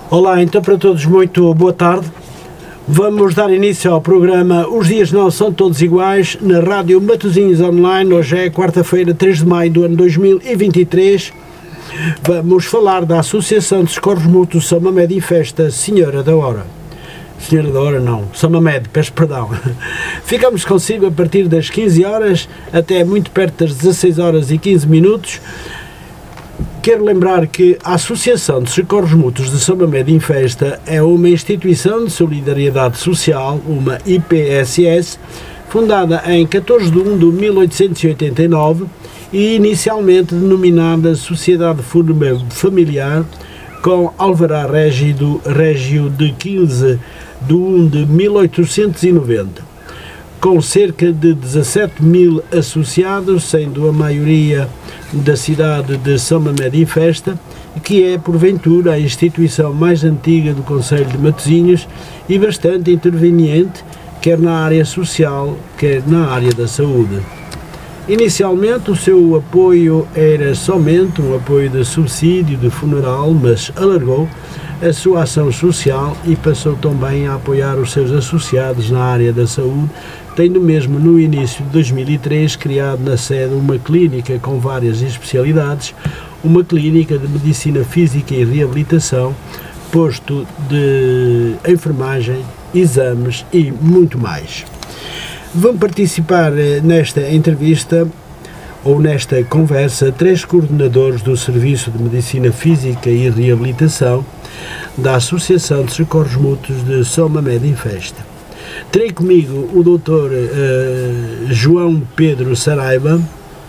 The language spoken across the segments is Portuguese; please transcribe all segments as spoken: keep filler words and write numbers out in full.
Olá, então para todos muito boa tarde. Vamos dar início ao programa Os Dias Não São Todos Iguais, na Rádio Matosinhos Online. Hoje é quarta-feira, três de maio do ano dois mil e vinte e três. Vamos falar da Associação de Socorros Mútuos São Mamede e Festa Senhora da Hora. Senhora da Hora não, São Mamede, peço perdão. Ficamos consigo a partir das quinze horas até muito perto das dezasseis horas e quinze minutos. Quero lembrar que a Associação de Socorros Mútuos de São Mamede em Festa é uma instituição de solidariedade social, uma I P S S, fundada em catorze de um de mil oitocentos e oitenta e nove e inicialmente denominada Sociedade Familiar, com alvará régido, régio de quinze de um de mil oitocentos e noventa. Com cerca de dezassete mil associados, sendo a maioria da cidade de São Mamede em Festa, que é, porventura, a instituição mais antiga do Concelho de Matosinhos e bastante interveniente, quer na área social, quer na área da saúde. Inicialmente, o seu apoio era somente um apoio de subsídio de funeral, mas alargou a sua ação social e passou também a apoiar os seus associados na área da saúde, tendo mesmo no início de dois mil e três criado na sede uma clínica com várias especialidades, uma clínica de medicina física e reabilitação, posto de enfermagem, exames e muito mais. Vão participar nesta entrevista ou nesta conversa três coordenadores do Serviço de Medicina Física e Reabilitação da Associação de Socorros Mútuos de São Mamede em Festa. Terei comigo o doutor uh, João Pedro Saraiva,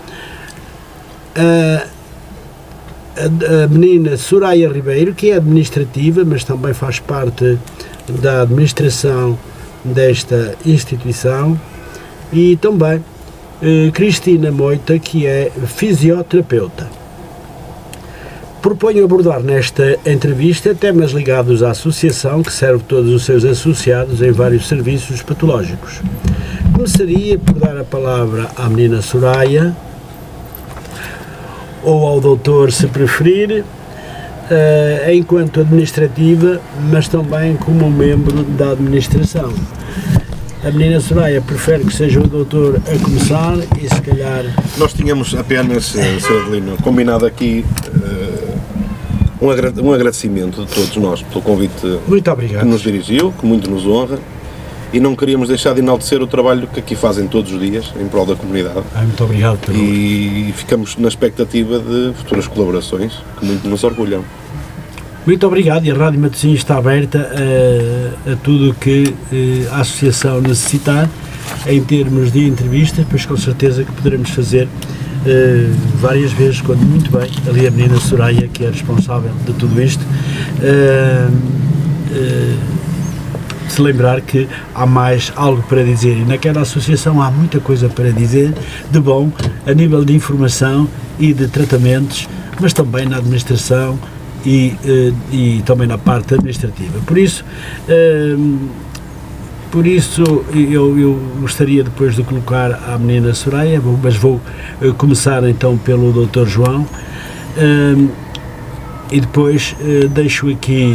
a, a, a menina Soraya Ribeiro, que é administrativa, mas também faz parte da administração desta instituição, e também uh, Cristina Moita, que é fisioterapeuta. Proponho abordar nesta entrevista temas ligados à associação, que serve todos os seus associados em vários serviços patológicos. Começaria por dar a palavra à menina Soraya, ou ao doutor, se preferir, uh, enquanto administrativa, mas também como membro da administração. A menina Soraya prefere que seja o doutor a começar e se calhar... Nós tínhamos apenas, senhor Adelino, combinado aqui uh, um, agra um agradecimento de todos nós pelo convite muito obrigado. Que nos dirigiu, que muito nos honra, e não queríamos deixar de enaltecer o trabalho que aqui fazem todos os dias em prol da comunidade. Ah, muito obrigado. Pelo... E ficamos na expectativa de futuras colaborações que muito nos orgulham. Muito obrigado, e a Rádio Matosinhos está aberta a, a tudo o que a Associação necessitar em termos de entrevistas, pois com certeza que poderemos fazer uh, várias vezes, quando muito bem, ali a menina Soraya, que é responsável de tudo isto, uh, uh, se lembrar que há mais algo para dizer, e naquela associação há muita coisa para dizer, de bom, a nível de informação e de tratamentos, mas também na administração, E, e também na parte administrativa. Por isso, por isso eu, eu gostaria depois de colocar a menina Soraya, mas vou começar então pelo doutor João, e depois deixo aqui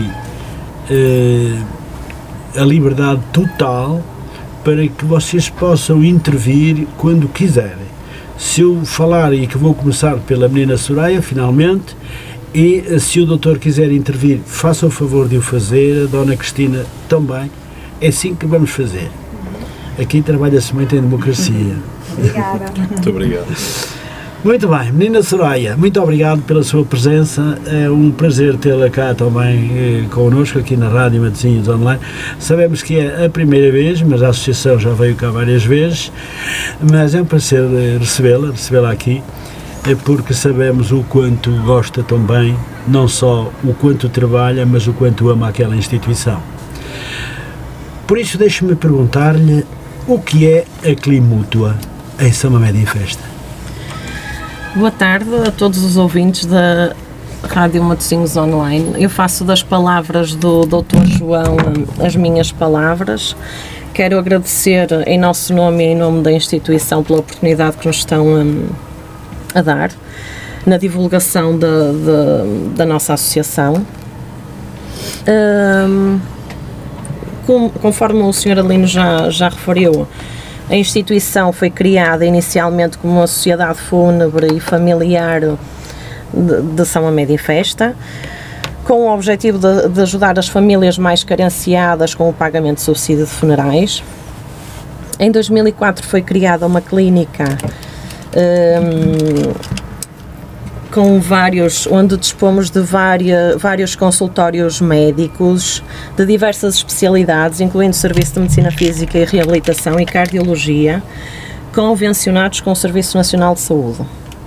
a liberdade total para que vocês possam intervir quando quiserem. Se eu falar, e que vou começar pela menina Soraya, finalmente, e se o doutor quiser intervir, faça o favor de o fazer, a dona Cristina também, é assim que vamos fazer. Aqui trabalha-se muito em democracia. Obrigada. Muito obrigado. Muito bem, menina Soraya, muito obrigado pela sua presença, é um prazer tê-la cá também eh, connosco, aqui na Rádio Matosinhos Online. Sabemos que é a primeira vez, mas a associação já veio cá várias vezes, mas é um prazer eh, recebê-la, recebê-la aqui. É porque sabemos o quanto gosta também, não só o quanto trabalha, mas o quanto ama aquela instituição. Por isso, deixe-me perguntar-lhe o que é a Climútua em São Mamede em Festa. Boa tarde a todos os ouvintes da Rádio Matosinhos Online. Eu faço das palavras do doutor João as minhas palavras. Quero agradecer em nosso nome e em nome da instituição pela oportunidade que nos estão a a dar na divulgação de, de, da nossa associação. Um, com, conforme o senhor Alino já, já referiu, a instituição foi criada inicialmente como uma sociedade fúnebre e familiar de, de São Amédio e Festa, com o objetivo de, de ajudar as famílias mais carenciadas com o pagamento de subsídio de funerais. Em dois mil e quatro foi criada uma clínica um, com vários, onde dispomos de várias, vários consultórios médicos de diversas especialidades, incluindo serviço de medicina física e reabilitação e cardiologia, convencionados com o Serviço Nacional de Saúde.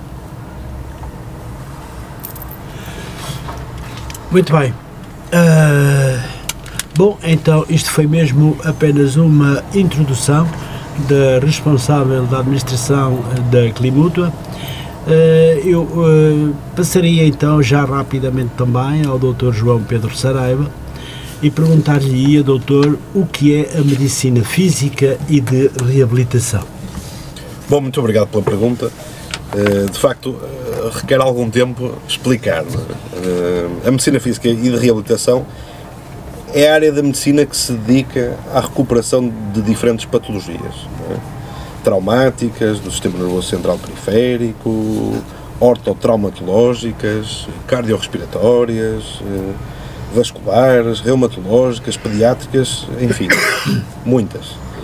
Muito bem. Uh, bom, então isto foi mesmo apenas uma introdução da responsável da administração da Climútua. Uh, eu uh, passaria então já rapidamente também ao doutor João Pedro Saraiva e perguntar-lhe, doutor, o que é a medicina física e de reabilitação. Bom, muito obrigado pela pergunta. Uh, de facto, uh, requer algum tempo explicar. Uh, a medicina física e de reabilitação é a área da medicina que se dedica à recuperação de diferentes patologias, não é? Traumáticas, do sistema nervoso central periférico, ortotraumatológicas, cardiorrespiratórias, uh, vasculares, reumatológicas, pediátricas, enfim, muitas.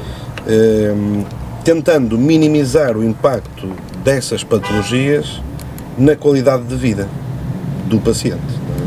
Uh, tentando minimizar o impacto dessas patologias na qualidade de vida do paciente.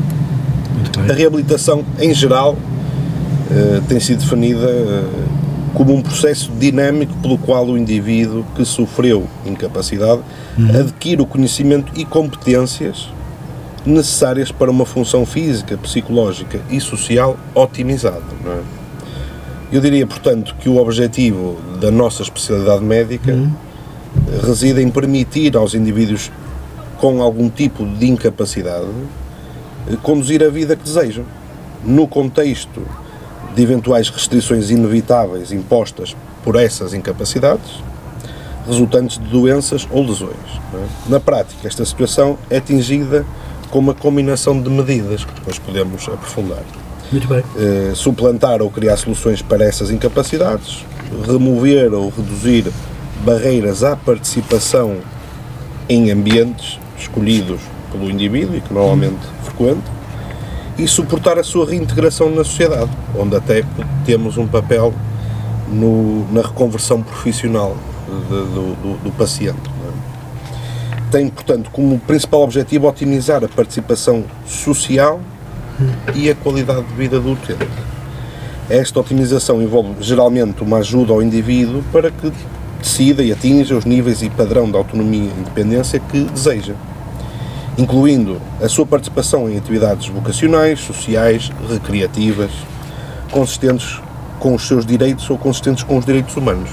A reabilitação, em geral, uh, tem sido definida uh, como um processo dinâmico pelo qual o indivíduo que sofreu incapacidade uhum. adquire o conhecimento e competências necessárias para uma função física, psicológica e social otimizada. Não é? Eu diria, portanto, que o objetivo da nossa especialidade médica uhum. reside em permitir aos indivíduos com algum tipo de incapacidade conduzir a vida que desejam, no contexto de eventuais restrições inevitáveis impostas por essas incapacidades, resultantes de doenças ou lesões. Não é? Na prática, esta situação é atingida com uma combinação de medidas que depois podemos aprofundar. Muito bem. Eh, suplantar ou criar soluções para essas incapacidades, remover ou reduzir barreiras à participação em ambientes escolhidos pelo indivíduo e que normalmente frequenta, e suportar a sua reintegração na sociedade, onde até temos um papel no, na reconversão profissional de, do, do, do paciente. Não é? Tem, portanto, como principal objetivo otimizar a participação social e a qualidade de vida do utente. Esta otimização envolve geralmente uma ajuda ao indivíduo para que decida e atinja os níveis e padrão de autonomia e independência que deseja, incluindo a sua participação em atividades vocacionais, sociais, recreativas, consistentes com os seus direitos ou consistentes com os direitos humanos.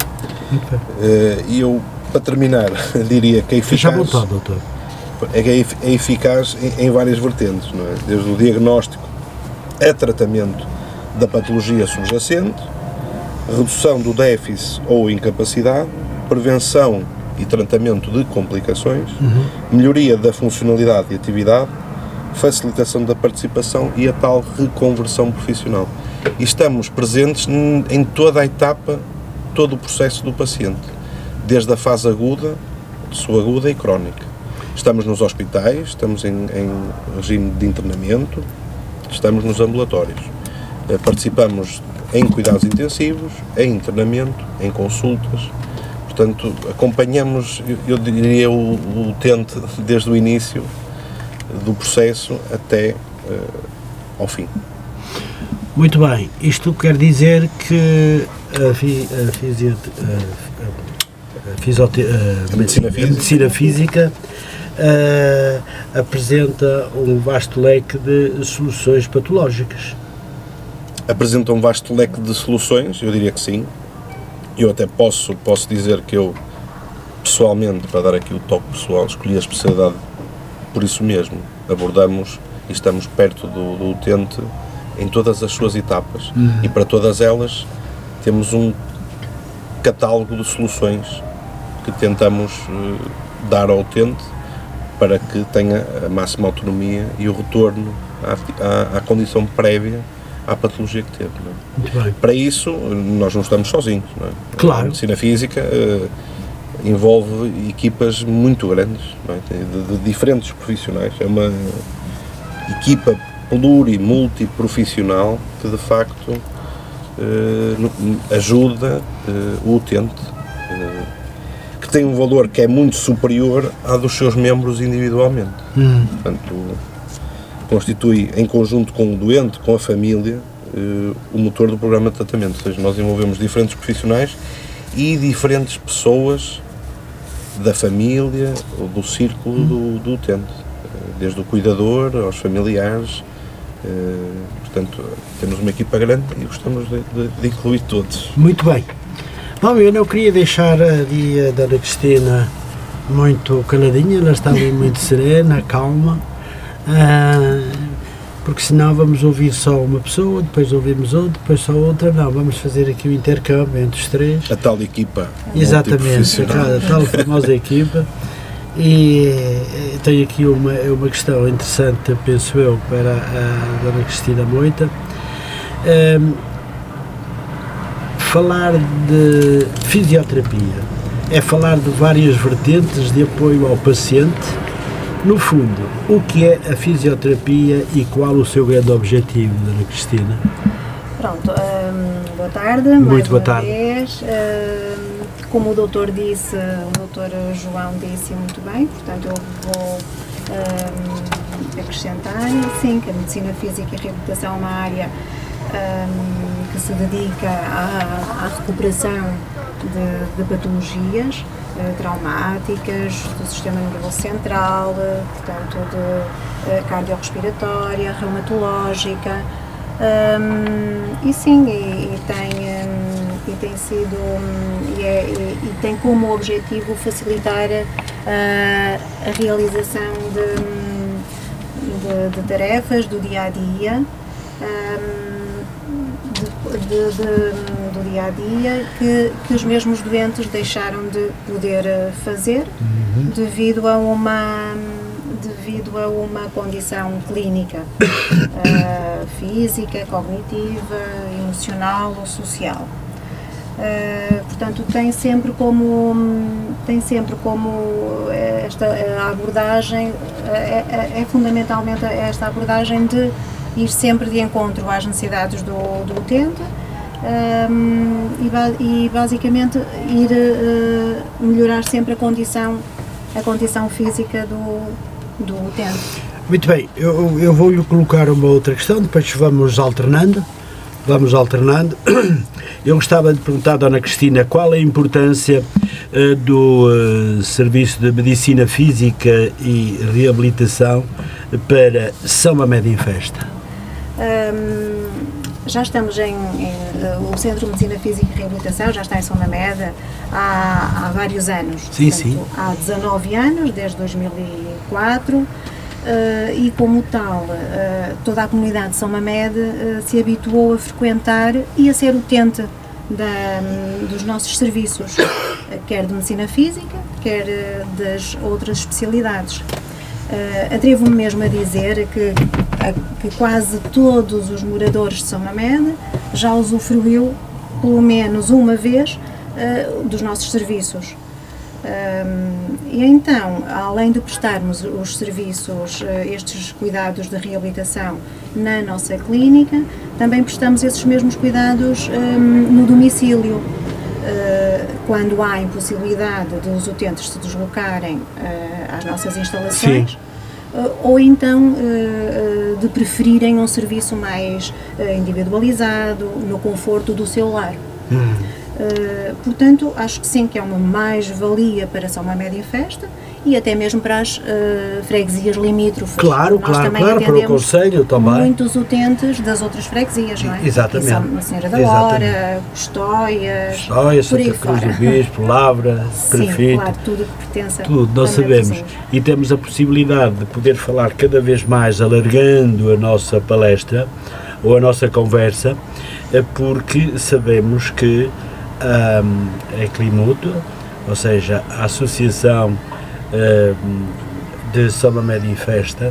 E eu, para terminar, diria que é eficaz, já voltado, doutor. É, é eficaz em, em várias vertentes, não é? Desde o diagnóstico a tratamento da patologia subjacente, redução do déficit ou incapacidade, prevenção e tratamento de complicações, uhum. melhoria da funcionalidade e atividade, facilitação da participação e a tal reconversão profissional. E estamos presentes em toda a etapa, todo o processo do paciente, desde a fase aguda, subaguda e crónica. Estamos nos hospitais, estamos em, em regime de internamento, estamos nos ambulatórios. Participamos em cuidados intensivos, em internamento, em consultas. Portanto, acompanhamos, eu diria, o, o utente desde o início do processo até uh, ao fim. Muito bem. Isto quer dizer que a, fi, a, fisio, a, a, fisiote, a, a, medicina, a física. medicina física uh, apresenta um vasto leque de soluções patológicas. Apresenta um vasto leque de soluções, eu diria que sim. Eu até posso, posso dizer que eu, pessoalmente, para dar aqui o toque pessoal, escolhi a especialidade por isso mesmo. Abordamos e estamos perto do, do utente em todas as suas etapas. Uhum. E para todas elas temos um catálogo de soluções que tentamos uh, dar ao utente para que tenha a máxima autonomia e o retorno à, à, à condição prévia à patologia que teve. Não é? Muito bem. Para isso, nós não estamos sozinhos. Não é? Claro. A medicina física uh, envolve equipas muito grandes, não é? de, de diferentes profissionais. É uma equipa pluri, multiprofissional que de facto uh, ajuda uh, o utente, uh, que tem um valor que é muito superior à dos seus membros individualmente. Hum. Portanto, constitui, em conjunto com o doente, com a família, uh, o motor do programa de tratamento. Ou seja, nós envolvemos diferentes profissionais e diferentes pessoas da família ou do círculo do, do utente, desde o cuidador aos familiares. Uh, portanto, temos uma equipa grande e gostamos de, de, de incluir todos. Muito bem. Bom, eu não queria deixar ali a Dona Cristina muito caladinha, ela está ali muito serena, calma, uh, porque senão vamos ouvir só uma pessoa, depois ouvimos outra, depois só outra. Não, vamos fazer aqui o intercâmbio entre os três. A tal equipa. Exatamente, a tal famosa equipa. E eh, tenho aqui uma, uma questão interessante, penso eu, para a Dona Cristina Moita. Um, falar de fisioterapia é falar de várias vertentes de apoio ao paciente. No fundo, o que é a fisioterapia e qual o seu grande objetivo, Dona Cristina? Pronto, um, boa tarde, Muito mais boa uma tarde. vez. Um, como o doutor disse, o doutor João disse muito bem, portanto eu vou um, acrescentar, sim, que a medicina física e a reabilitação é uma área um, que se dedica à, à recuperação de, de patologias uh, traumáticas do sistema nervoso central, uh, portanto de uh, cardiorrespiratória, reumatológica. Um, e sim, e, e, tem, um, e tem sido um, e, é, e, e tem como objetivo facilitar uh, a realização de, de, de tarefas do dia a dia, um, de, de, de, do dia a dia que, que os mesmos doentes deixaram de poder fazer uhum. devido a uma devido a uma condição clínica, uh, física, cognitiva, emocional ou social. Uh, portanto, tem sempre como, tem sempre como esta abordagem, é, é, é fundamentalmente esta abordagem de ir sempre de encontro às necessidades do, do utente um, e, e basicamente ir uh, melhorar sempre a condição, a condição física do do utente. Muito bem, eu, eu vou-lhe colocar uma outra questão, depois vamos alternando, vamos alternando. Eu gostava de perguntar à Dona Cristina qual é a importância uh, do uh, Serviço de Medicina Física e Reabilitação para São Mamede em Festa. Um, já estamos em, em o Centro de Medicina Física e Reabilitação já está em São Mamede há, há vários anos. Sim, portanto, sim. Há dezanove anos, desde dois mil e quatro, uh, e como tal, uh, toda a comunidade de São Mamede uh, se habituou a frequentar e a ser utente da, dos nossos serviços, uh, quer de Medicina Física, quer uh, das outras especialidades. Uh, Atrevo-me mesmo a dizer que, a, que quase todos os moradores de São Mamede já usufruiu pelo menos uma vez uh, dos nossos serviços. Um, e então, além de prestarmos os serviços, uh, estes cuidados de reabilitação na nossa clínica, também prestamos esses mesmos cuidados um, no domicílio. Uh, quando há impossibilidade dos utentes se deslocarem uh, às nossas instalações, uh, ou então uh, de preferirem um serviço mais uh, individualizado, no conforto do seu lar. Hum. Uh, portanto, acho que sim, que é uma mais-valia para São Mamede em Festa e até mesmo para as uh, freguesias limítrofes. Claro, Nós claro, também claro, para o Conselho também. Muitos utentes das outras freguesias, não é? Exatamente. São Senhora da Exatamente. Hora, Custóias, Custóia, Santa Cruz do Bispo, Lavra, Prefeito. Sim, claro, tudo que pertence a Tudo, nós sabemos. E temos a possibilidade de poder falar cada vez mais, alargando a nossa palestra ou a nossa conversa, porque sabemos que um, a Climuto, ou seja, a Associação um, de São Mamede em Festa,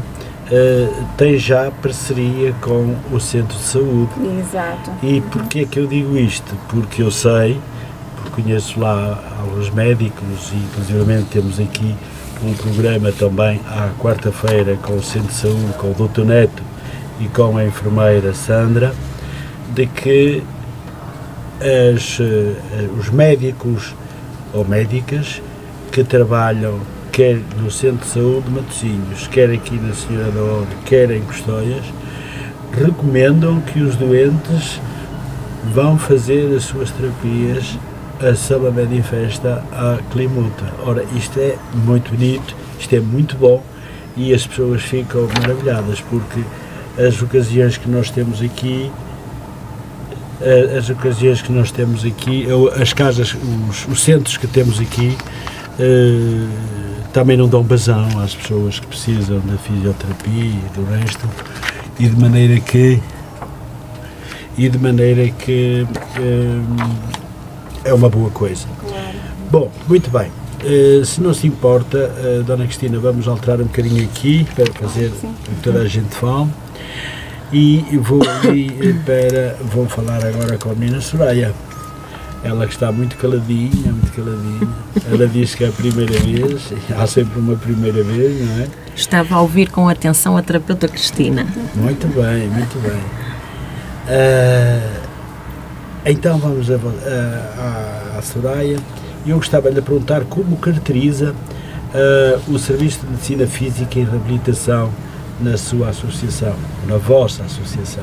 uh, tem já parceria com o Centro de Saúde. Exato. E porquê é que eu digo isto? Porque eu sei, porque conheço lá alguns médicos e inclusivamente temos aqui um programa também à quarta-feira com o Centro de Saúde, com o doutor Neto e com a enfermeira Sandra, de que as, uh, os médicos ou médicas que trabalham quer no Centro de Saúde de Matosinhos, quer aqui na Senhora da Ordem, quer em Custóias, recomendam que os doentes vão fazer as suas terapias a Sala Medifesta à Climuta. Ora, isto é muito bonito, isto é muito bom e as pessoas ficam maravilhadas porque as ocasiões que nós temos aqui as ocasiões que nós temos aqui, as casas, os, os centros que temos aqui uh, também não dão vazão às pessoas que precisam da fisioterapia e do resto, e de maneira que e de maneira que uh, é uma boa coisa. Claro. Bom, muito bem. Uh, se não se importa, uh, Dona Cristina, vamos alterar um bocadinho aqui para fazer Sim. o que toda a gente fala. E vou ali para, vou falar agora com a menina Soraya, ela que está muito caladinha, muito caladinha, ela diz que é a primeira vez, há sempre uma primeira vez, não é? Estava a ouvir com atenção a terapeuta Cristina. Muito bem, muito bem. Uh, então vamos a, a, a Soraya, e eu gostava de lhe perguntar como caracteriza uh, o Serviço de Medicina Física e Reabilitação na sua associação, na vossa associação.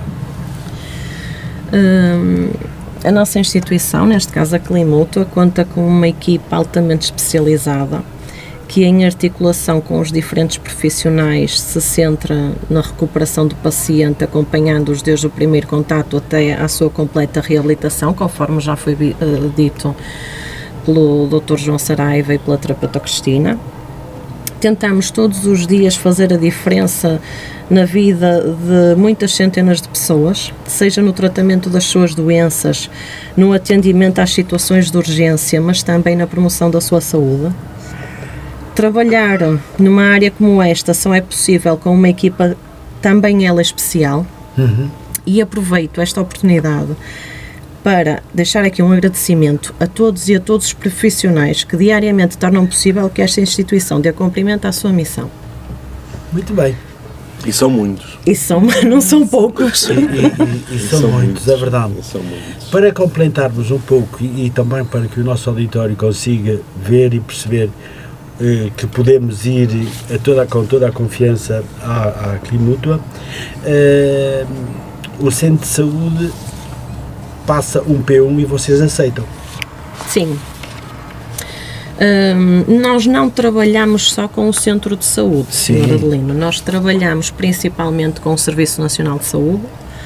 Hum, a nossa instituição, neste caso a Climuta, conta com uma equipa altamente especializada que, em articulação com os diferentes profissionais, se centra na recuperação do paciente, acompanhando-os desde o primeiro contato até à sua completa reabilitação, conforme já foi uh, dito pelo doutor João Saraiva e pela terapeuta Cristina. Tentamos todos os dias fazer a diferença na vida de muitas centenas de pessoas, seja no tratamento das suas doenças, no atendimento às situações de urgência, mas também na promoção da sua saúde. Trabalhar numa área como esta só é possível com uma equipa também ela especial. Uhum. E aproveito esta oportunidade para deixar aqui um agradecimento a todos e a todos os profissionais que diariamente tornam possível que esta instituição dê cumprimento à sua missão. Muito bem. E são muitos. E são, não são poucos. E, e, e, e são, são muitos, muitos, é verdade. São muitos. Para complementarmos um pouco e, e também para que o nosso auditório consiga ver e perceber eh, que podemos ir a toda, com toda a confiança à, à Climuta, eh, o Centro de Saúde passa um P um e vocês aceitam? Sim. Um, nós não trabalhamos só com o Centro de Saúde, senhora Adelino. Nós trabalhamos principalmente com o Serviço Nacional de Saúde.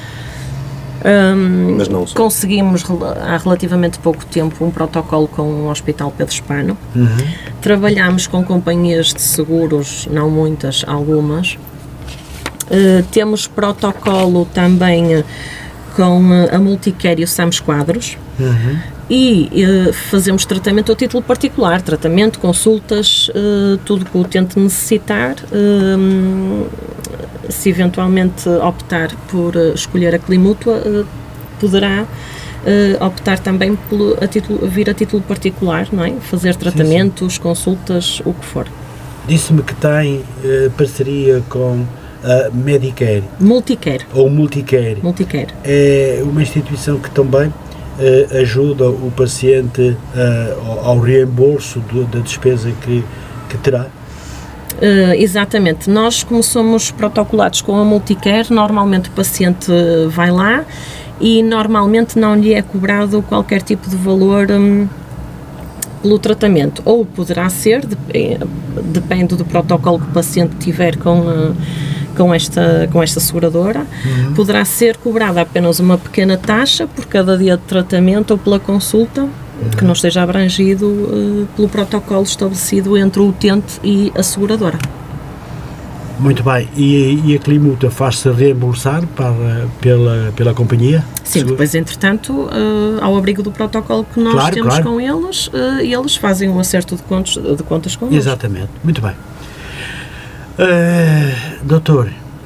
Um, Mas não só. Conseguimos há relativamente pouco tempo um protocolo com o Hospital Pedro Spano. Uhum. Trabalhamos com companhias de seguros, não muitas, algumas. Uh, temos protocolo também uh, com a Multicare e o SAMS Quadros. Uhum. E uh, fazemos tratamento a título particular, tratamento, consultas, uh, tudo que o utente necessitar. Uh, se eventualmente optar por uh, escolher a Climuta, uh, poderá uh, optar também pelo, a título, vir a título particular, não é? Fazer tratamentos, sim, sim. consultas, o que for. Disse-me que tem uh, parceria com a Medicare. Multicare. Ou Multicare. Multicare. É uma instituição que também uh, ajuda o paciente uh, ao reembolso do, da despesa que, que terá. Uh, exatamente. Nós, como somos protocolados com a Multicare, normalmente o paciente vai lá e normalmente não lhe é cobrado qualquer tipo de valor um, pelo tratamento. Ou poderá ser, dep- depende do protocolo que o paciente tiver com, uh, com, esta, com esta seguradora, uhum. poderá ser cobrada apenas uma pequena taxa por cada dia de tratamento ou pela consulta, que não esteja abrangido uh, pelo protocolo estabelecido entre o utente e a seguradora. Muito bem. E, e a Climuta faz-se reembolsar para, pela, pela companhia? Sim, Segura. Depois, entretanto, uh, ao abrigo do protocolo que nós claro, temos claro. com eles, uh, eles fazem o acerto de, contos, de contas connosco. Exatamente. Muito bem. Uh, doutor,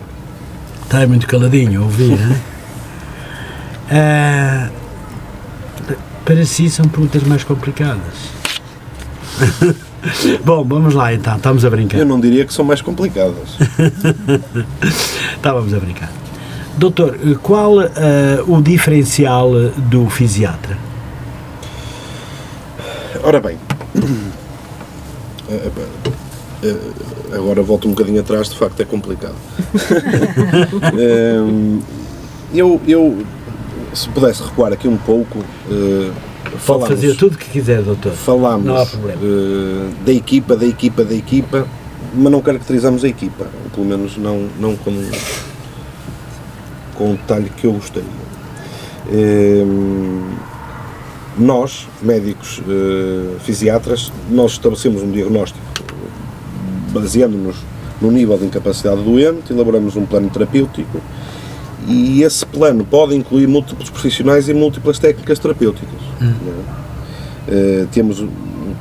Está aí muito caladinho, ouvi, hein? Ah, para si são perguntas mais complicadas. Bom, vamos lá então, estamos a brincar. Eu não diria que são mais complicadas. Estávamos a brincar. Doutor, qual uh, o diferencial do fisiatra? Ora bem, agora volto um bocadinho atrás, de facto é complicado. eu, eu, se pudesse recuar aqui um pouco, pode fazer tudo o que quiser, doutor. Falámos não há problema. da equipa, da equipa, da equipa, mas não caracterizamos a equipa, pelo menos não, não com, com o detalhe que eu gostaria. Nós, médicos uh, fisiatras, nós estabelecemos um diagnóstico baseando-nos no nível de incapacidade do doente, elaboramos um plano terapêutico e esse plano pode incluir múltiplos profissionais e múltiplas técnicas terapêuticas. Hum. Uh, temos um,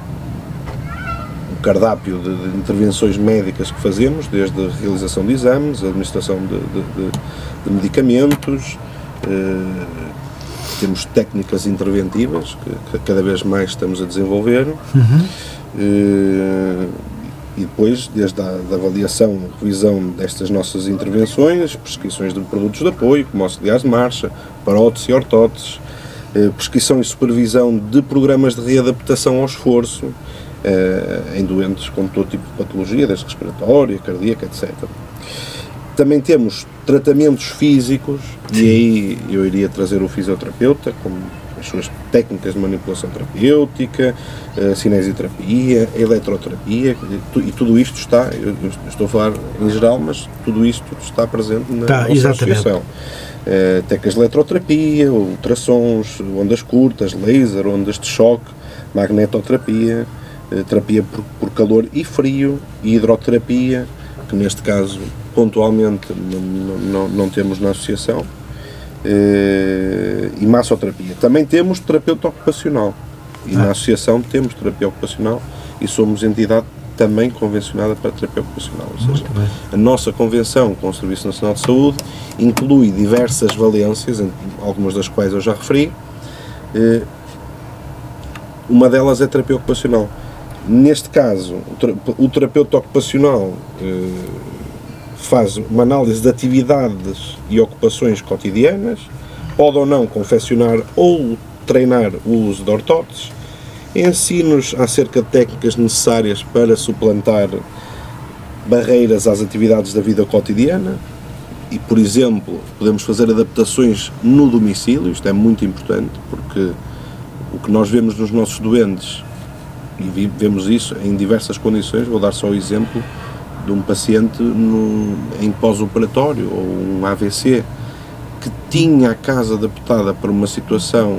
um cardápio de, de intervenções médicas que fazemos, desde a realização de exames, a administração de, de, de, de medicamentos, uh, temos técnicas interventivas que, que cada vez mais estamos a desenvolver. Uhum. e, e depois, desde a da avaliação e revisão destas nossas intervenções, prescrições de produtos de apoio, como auxiliares de marcha, próteses e ortóteses, prescrição e supervisão de programas de readaptação ao esforço em doentes com todo tipo de patologia, desde respiratória, cardíaca, etcétera. Também temos tratamentos físicos, e aí eu iria trazer o fisioterapeuta, com as suas técnicas de manipulação terapêutica, a cinesioterapia, a eletroterapia, e tudo isto está, eu estou a falar em geral, mas tudo isto está presente na tá, nossa exatamente. associação. Uh, técnicas de eletroterapia, ultrassons, ondas curtas, laser, ondas de choque, magnetoterapia, uh, terapia por, por calor e frio, e hidroterapia, que neste caso pontualmente não, não, não temos na associação, e massoterapia. Também temos terapeuta ocupacional, e ah. na associação temos terapia ocupacional e somos entidade também convencionada para terapia ocupacional, ou seja, a nossa convenção com o Serviço Nacional de Saúde inclui diversas valências, algumas das quais eu já referi. Uma delas é a terapia ocupacional. Neste caso, o terapeuta ocupacional faz uma análise de atividades e ocupações cotidianas, pode ou não confeccionar ou treinar o uso de ortóteses, ensina-nos acerca de técnicas necessárias para suplantar barreiras às atividades da vida cotidiana e, por exemplo, podemos fazer adaptações no domicílio. Isto é muito importante, porque o que nós vemos nos nossos doentes, e vemos isso em diversas condições, vou dar só o exemplo de um paciente no, em pós-operatório, ou um A V C, que tinha a casa adaptada para uma situação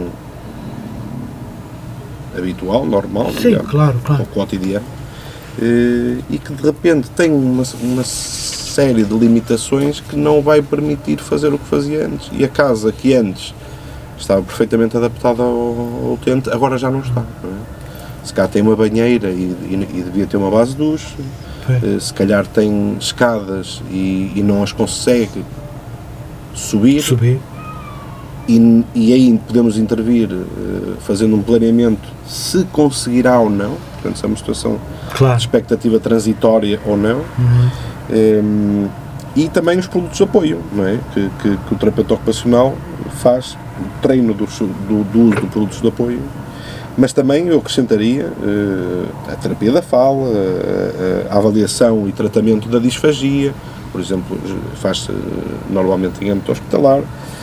habitual, normal, sim, digamos, claro, claro. ou cotidiano, e que de repente tem uma, uma série de limitações que não vai permitir fazer o que fazia antes. E a casa que antes estava perfeitamente adaptada ao, ao utente, agora já não está. Não é? Se cá tem uma banheira e, e, e devia ter uma base de duche, é. se calhar tem escadas e, e não as consegue subir. subir. E, e aí podemos intervir uh, fazendo um planeamento se conseguirá ou não, portanto se é uma situação claro. de expectativa transitória ou não, uhum. um, e também os produtos de apoio, não é? que, que, que o terapeuta ocupacional faz o treino do, do, do uso de produtos de apoio, mas também eu acrescentaria uh, a terapia da fala, uh, a avaliação e tratamento da disfagia, por exemplo, faz-se uh, normalmente em âmbito hospitalar.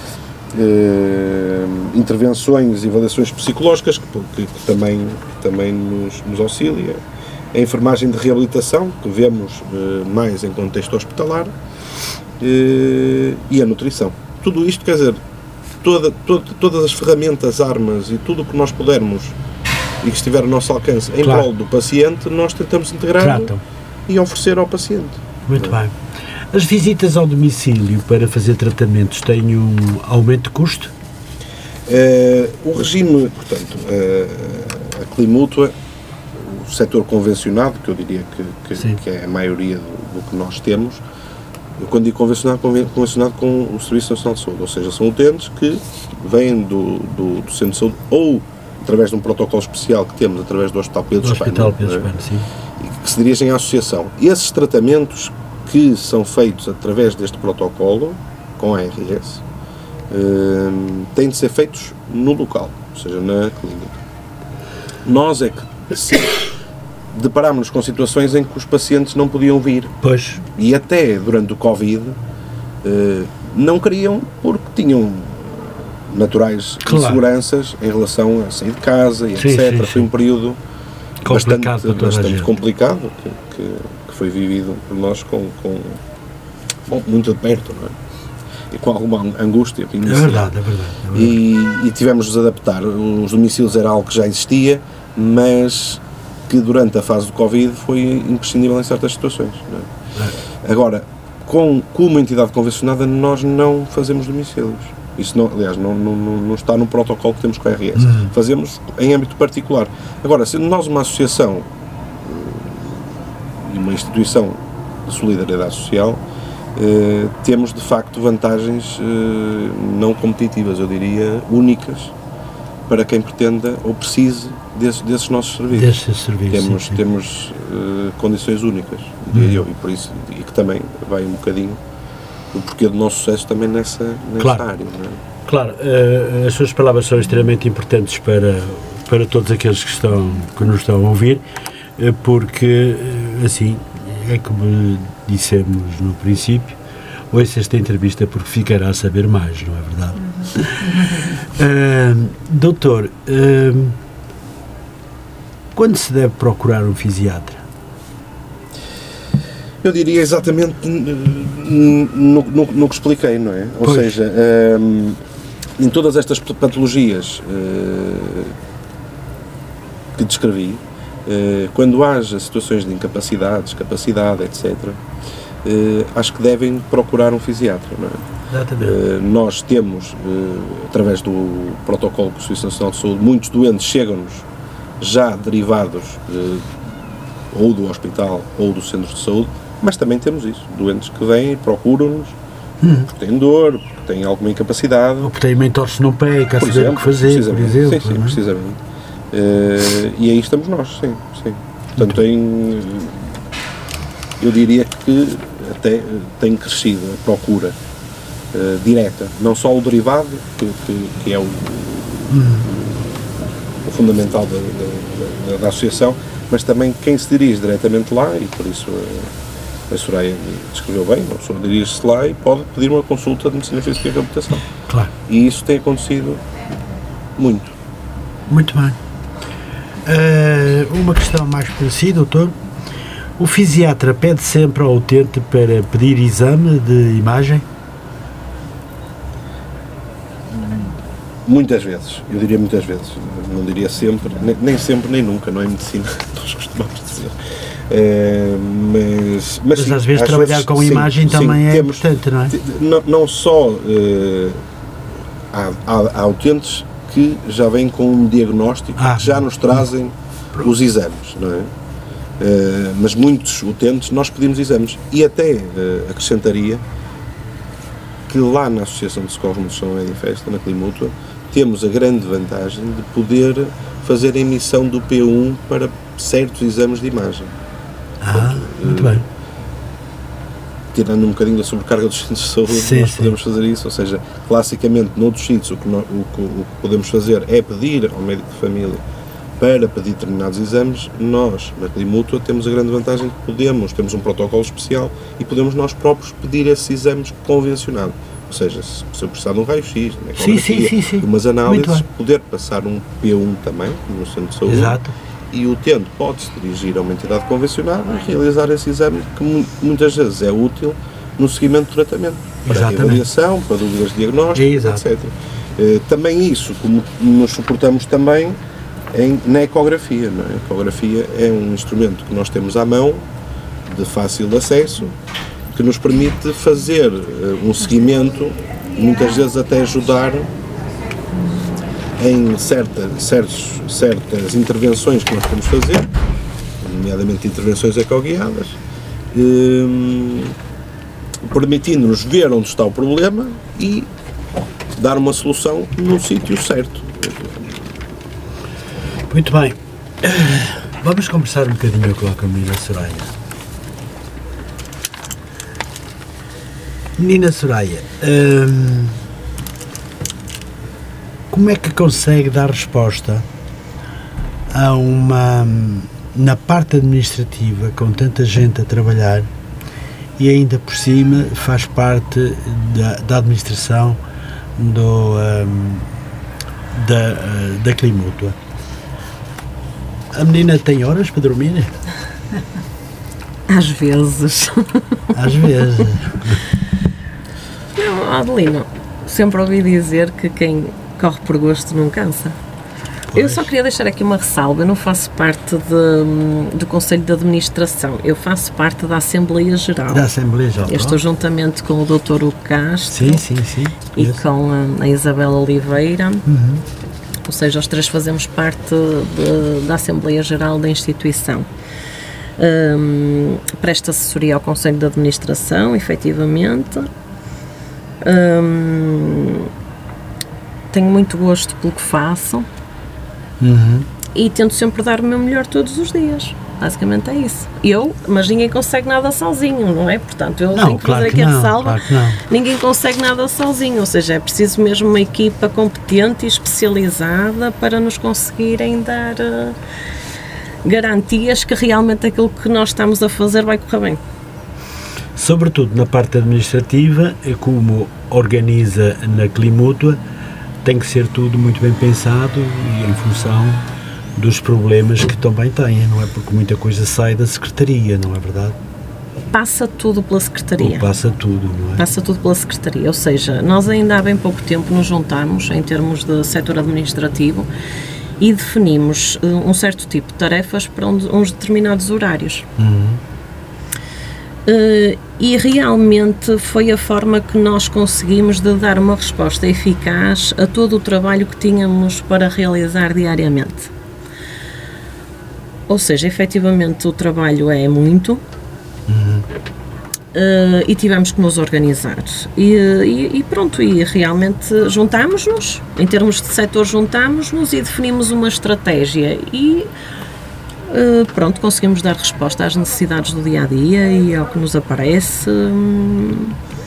Uh, intervenções e avaliações psicológicas que, que, que também, que também nos, nos auxilia, a enfermagem de reabilitação que vemos uh, mais em contexto hospitalar, uh, e a nutrição. Tudo isto, quer dizer, toda, toda, todas as ferramentas, armas e tudo o que nós pudermos e que estiver ao nosso alcance em claro. prol do paciente, nós tentamos integrar Tratam. e oferecer ao paciente. Muito bem. As visitas ao domicílio para fazer tratamentos têm um aumento de custo? Uh, o regime, portanto, uh, a Climútua, o setor convencionado, que eu diria que, que, que é a maioria do, do que nós temos, Eu, quando digo convencionado, convencionado com o Serviço Nacional de Saúde, ou seja, são utentes que vêm do, do, do Centro de Saúde ou através de um protocolo especial que temos através do Hospital Pedro de Espanha, Pedro Espanha, sim. que se dirigem à associação. Esses tratamentos que são feitos através deste protocolo, com a A R S, uh, têm de ser feitos no local, ou seja, na clínica. Nós é que se deparámos-nos com situações em que os pacientes não podiam vir. Pois. E até durante o Covid uh, não queriam porque tinham naturais claro. inseguranças em relação a sair de casa e sim, etcétera. Sim, Foi sim. um período complicado bastante, bastante complicado que, que, que foi vivido por nós com, com bom, muito de perto, não é? E com alguma angústia. É verdade, é verdade. É verdade. E, e tivemos de nos adaptar. Os domicílios era algo que já existia, mas que durante a fase do Covid foi imprescindível em certas situações. Não é? É. Agora, com, como entidade convencionada, nós não fazemos domicílios. Isso, não, aliás, não, não, não está no protocolo que temos com a R S. Uhum. Fazemos em âmbito particular. Agora, sendo nós uma associação e uma instituição de solidariedade social, eh, temos, de facto, vantagens eh, não competitivas, eu diria, únicas, para quem pretenda ou precise desse, desses nossos serviços. Desses serviços temos sim, sim. temos eh, condições únicas, diria uhum. eu, e por isso, e que também vai um bocadinho o porquê do nosso sucesso também nessa, nessa claro. área. Não é? Claro, uh, as suas palavras são extremamente importantes para, para todos aqueles que, estão, que nos estão a ouvir, uh, porque, uh, assim, é como dissemos no princípio, ouça esta entrevista porque ficará a saber mais, não é verdade? uh, doutor, uh, quando se deve procurar um fisiatra? Eu diria exatamente no, no, no que expliquei, não é? Ou pois. seja, um, em todas estas patologias uh, que descrevi, uh, quando haja situações de incapacidade, discapacidade, etcétera, uh, acho que devem procurar um fisiatra, não é? Exatamente. Uh, nós temos, uh, através do protocolo do Serviço Nacional de Saúde, muitos doentes chegam-nos já derivados uh, ou do hospital ou do centro de saúde, mas também temos isso, doentes que vêm e procuram-nos hum. porque têm dor, porque têm alguma incapacidade. Ou porque têm uma entorse no pé e quer saber o que fazer, por exemplo. Sim, sim, precisamente. Uh, e aí estamos nós, sim, sim. Portanto, tem, eu diria que até tem crescido a procura uh, direta, não só o derivado, que, que, que é o, hum. o fundamental da, da, da, da associação, mas também quem se dirige diretamente lá, e por isso a Soraya descreveu bem, uma pessoa dirige-se lá e pode pedir uma consulta de medicina física e reabilitação. Claro. E isso tem acontecido muito. Muito bem. Uh, uma questão mais para si, doutor. O fisiatra pede sempre ao utente para pedir exame de imagem? Muitas vezes, eu diria muitas vezes, não diria sempre, nem, nem sempre nem nunca, não é medicina, nós costumamos dizer. É, mas, mas, mas sim, às vezes às trabalhar vezes, com sim, imagem sim, também sim, é temos, importante, não é? Não, não só uh, há, há, há utentes que já vêm com um diagnóstico, ah, que já nos trazem pronto. Os exames, não é? Uh, mas muitos utentes nós pedimos exames e até uh, acrescentaria que lá na Associação de Socorro de São Médio Festa, na Climútua, temos a grande vantagem de poder fazer a emissão do P um para certos exames de imagem. Ah, Portanto, muito uh, bem. Tirando um bocadinho da sobrecarga dos centros de saúde, sim, nós sim. podemos fazer isso, ou seja, classicamente, noutros sítios, o que, nós, o, que, o que podemos fazer é pedir ao médico de família para pedir determinados exames. Nós, na Climútua, temos a grande vantagem de podemos, temos um protocolo especial e podemos nós próprios pedir esses exames convencionados. Ou seja, se, se eu precisar de um raio-x, uma ecografia, de umas análises, poder passar um P um também, no centro de saúde. Exato. E o utente pode-se dirigir a uma entidade convencionada e realizar esse exame que muitas vezes é útil no seguimento do tratamento, para Exatamente. A avaliação, para dúvidas de diagnóstico, Exato. etcétera. Uh, também isso, como nos suportamos também em, na ecografia. Não é? A ecografia é um instrumento que nós temos à mão, de fácil acesso, que nos permite fazer uh, um seguimento, muitas vezes até ajudar em certa, certos, certas intervenções que nós podemos fazer, nomeadamente intervenções ecoguiadas, um, permitindo-nos ver onde está o problema e dar uma solução no sítio certo. Muito bem. Vamos conversar um bocadinho com a menina Soraya. Menina Soraya, hum, como é que consegue dar resposta a uma, na parte administrativa, com tanta gente a trabalhar, e ainda por cima faz parte da, da administração do, um, da, da Climútua? A menina tem horas para dormir? Às vezes. Às vezes. Não, Adelino, sempre ouvi dizer que quem corre por gosto não cansa. Pois. Eu só queria deixar aqui uma ressalva. Eu não faço parte de, do Conselho de Administração, eu faço parte da Assembleia Geral. Da Assembleia Geral. Eu estou juntamente com o doutor Hugo Castro. Sim, sim, sim. E Isso. com a, a Isabela Oliveira. Uhum. Ou seja, os três fazemos parte de, da Assembleia Geral da instituição. Um, presta assessoria ao Conselho de Administração, efetivamente. Um, tenho muito gosto pelo que faço. Uhum. E tento sempre dar o meu melhor todos os dias. Basicamente é isso. Eu, mas ninguém consegue nada sozinho, não é? Portanto, eu não, tenho que claro fazer que aqui a não, ressalva. claro que não. Ninguém consegue nada sozinho, ou seja, é preciso mesmo uma equipa competente e especializada para nos conseguirem dar uh, garantias que realmente aquilo que nós estamos a fazer vai correr bem. Sobretudo na parte administrativa, como organiza na Climútua, tem que ser tudo muito bem pensado e em função dos problemas que também têm, não é? Porque muita coisa sai da Secretaria, não é verdade? Passa tudo pela Secretaria. Ou passa tudo, não é? Passa tudo pela Secretaria, ou seja, nós ainda há bem pouco tempo nos juntámos em termos de setor administrativo e definimos um certo tipo de tarefas para uns determinados horários. Uhum. Uh, e realmente foi a forma que nós conseguimos de dar uma resposta eficaz a todo o trabalho que tínhamos para realizar diariamente. Ou seja, efetivamente o trabalho é muito. Uhum. Uh, e tivemos que nos organizar e, e, e pronto, e realmente juntámos-nos, em termos de setor juntámos-nos e definimos uma estratégia e uh, pronto, conseguimos dar resposta às necessidades do dia-a-dia e ao que nos aparece um,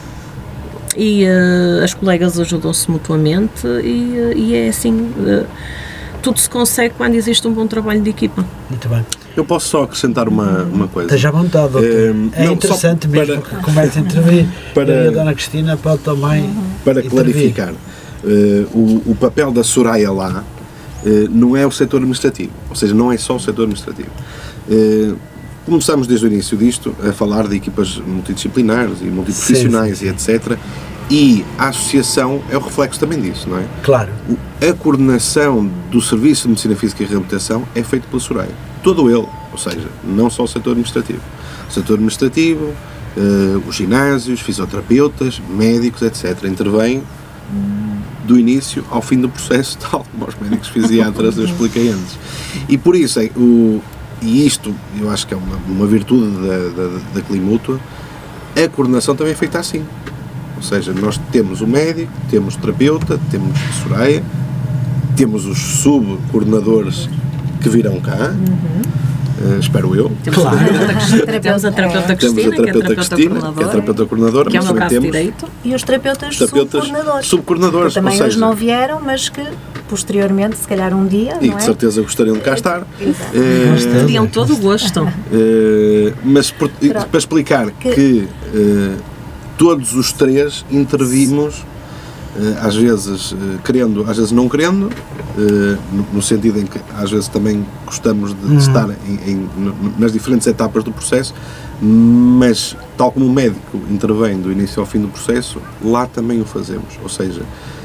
e uh, as colegas ajudam-se mutuamente e, e é assim, uh, tudo se consegue quando existe um bom trabalho de equipa. Muito bem. Eu posso só acrescentar uma, uma coisa. Esteja à vontade, doutor. É, é não, interessante mesmo para, que comece a intervir. Para, e a dona Cristina pode também para intervir. clarificar, uh, o, o papel da Soraya lá uh, não é o setor administrativo, ou seja, não é só o setor administrativo. Uh, começamos desde o início disto a falar de equipas multidisciplinares e multiprofissionais, sim, sim, sim. e etcétera. E a associação é o reflexo também disso, não é? Claro. A coordenação do Serviço de Medicina Física e Reabilitação é feito pela Soraya. Todo ele, ou seja, não só o setor administrativo. O setor administrativo, uh, os ginásios, fisioterapeutas, médicos, etcétera, intervêm do início ao fim do processo, tal como os médicos fisiatras eu expliquei antes. E por isso, é, o, e isto eu acho que é uma, uma virtude da, da, da Climútua, a coordenação também é feita assim. Ou seja, nós temos o médico, temos o terapeuta, temos a Soraya, temos os subcoordenadores que virão cá, uhum. uh, espero eu. Temos, claro. a temos a terapeuta Cristina, temos a terapeuta que é a terapeuta Cristina, coordenadora, que é a terapeuta coordenadora, que é o meu mas braço temos direito. E os terapeutas, terapeutas subcoordenadores. subcoordenadores. Que também ou seja, eles não vieram, mas que posteriormente, se calhar um dia, e não é? de certeza gostariam de cá estar. Exato. Uh, Teriam todo o gosto. Uh, mas por, para explicar que, que uh, todos os três intervimos, uh, às vezes uh, querendo, às vezes não querendo, uh, no, no sentido em que às vezes também gostamos de uhum. estar em, em, nas diferentes etapas do processo, mas tal como o médico intervém do início ao fim do processo, lá também o fazemos. Ou seja,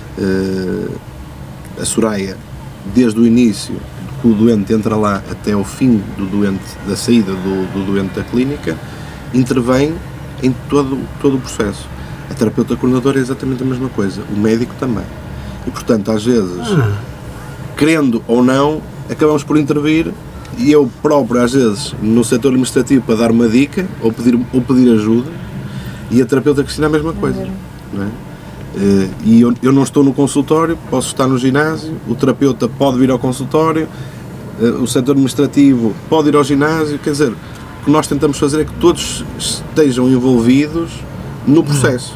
uh, a Soraya, desde o início que o doente entra lá até ao fim do doente, da saída do, do doente da clínica, intervém em todo, todo o processo. A terapeuta coordenadora é exatamente a mesma coisa, o médico também. E, portanto, às vezes, ah. querendo ou não, acabamos por intervir, e eu próprio, às vezes, no setor administrativo, para dar uma dica, ou pedir, ou pedir ajuda, E a terapeuta Cristina é a mesma coisa. Não é? Uh, e eu, eu não estou no consultório, posso estar no ginásio, o terapeuta pode vir ao consultório, uh, o setor administrativo pode ir ao ginásio, quer dizer, o que nós tentamos fazer é que todos estejam envolvidos no processo.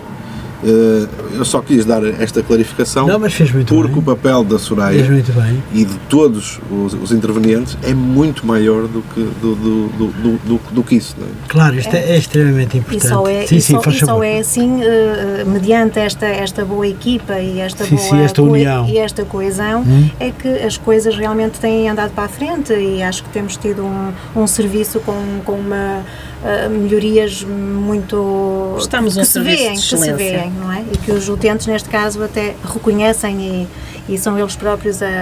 Uh, eu só quis dar esta clarificação. Não, mas fez muito porque bem. O papel da Soraya fez muito bem. e de todos os, os intervenientes é muito maior do que, do, do, do, do, do, do que isso. Não é? Claro, isto é, é extremamente importante. E só é, sim, e sim, só, faz e só favor. é assim, uh, mediante esta, esta boa equipa e esta Sim, boa sim, esta coe- união. e esta coesão, Hum. é que as coisas realmente têm andado para a frente, e acho que temos tido um, um serviço com, com uma, uh, melhorias muito Estamos que um se serviço veem, de que se excelência. veem, não é? E que os utentes neste caso até reconhecem e, e são eles próprios a,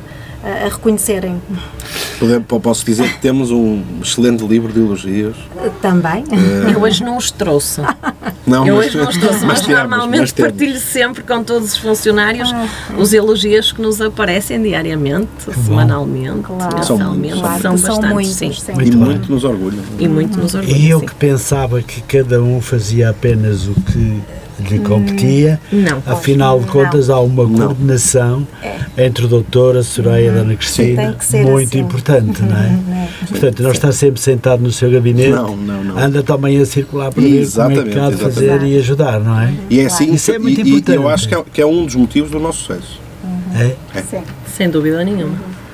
a, a reconhecerem. Podemos, posso dizer que temos um excelente livro de elogios. Também. Eu hoje não os trouxe. Não, Eu mas, hoje não os trouxe, mas, temos, normalmente mas temos. partilho sempre com todos os funcionários os elogios que nos aparecem diariamente, semanalmente, Claro. São mensalmente. muitos. Claro São que são bastantes, muitos, sim. sim. E Muito muito bem. nos orgulha. E muito nos orgulha. E eu sim. que pensava que cada um fazia apenas o que lhe competia, Não. afinal de Não. contas há uma Não. coordenação entre o doutor, a Soraya e a Dona Cristina, Tem que ser muito assim. importante, não é? Portanto, não está sempre sentado no seu gabinete, Não, não, não. anda também a circular para ver como é Exatamente, que há de fazer exatamente. e ajudar, não é? E é assim, Isso é muito e, e importante. eu acho que é, que é um dos motivos do nosso sucesso. É? Sim. Sem dúvida nenhuma.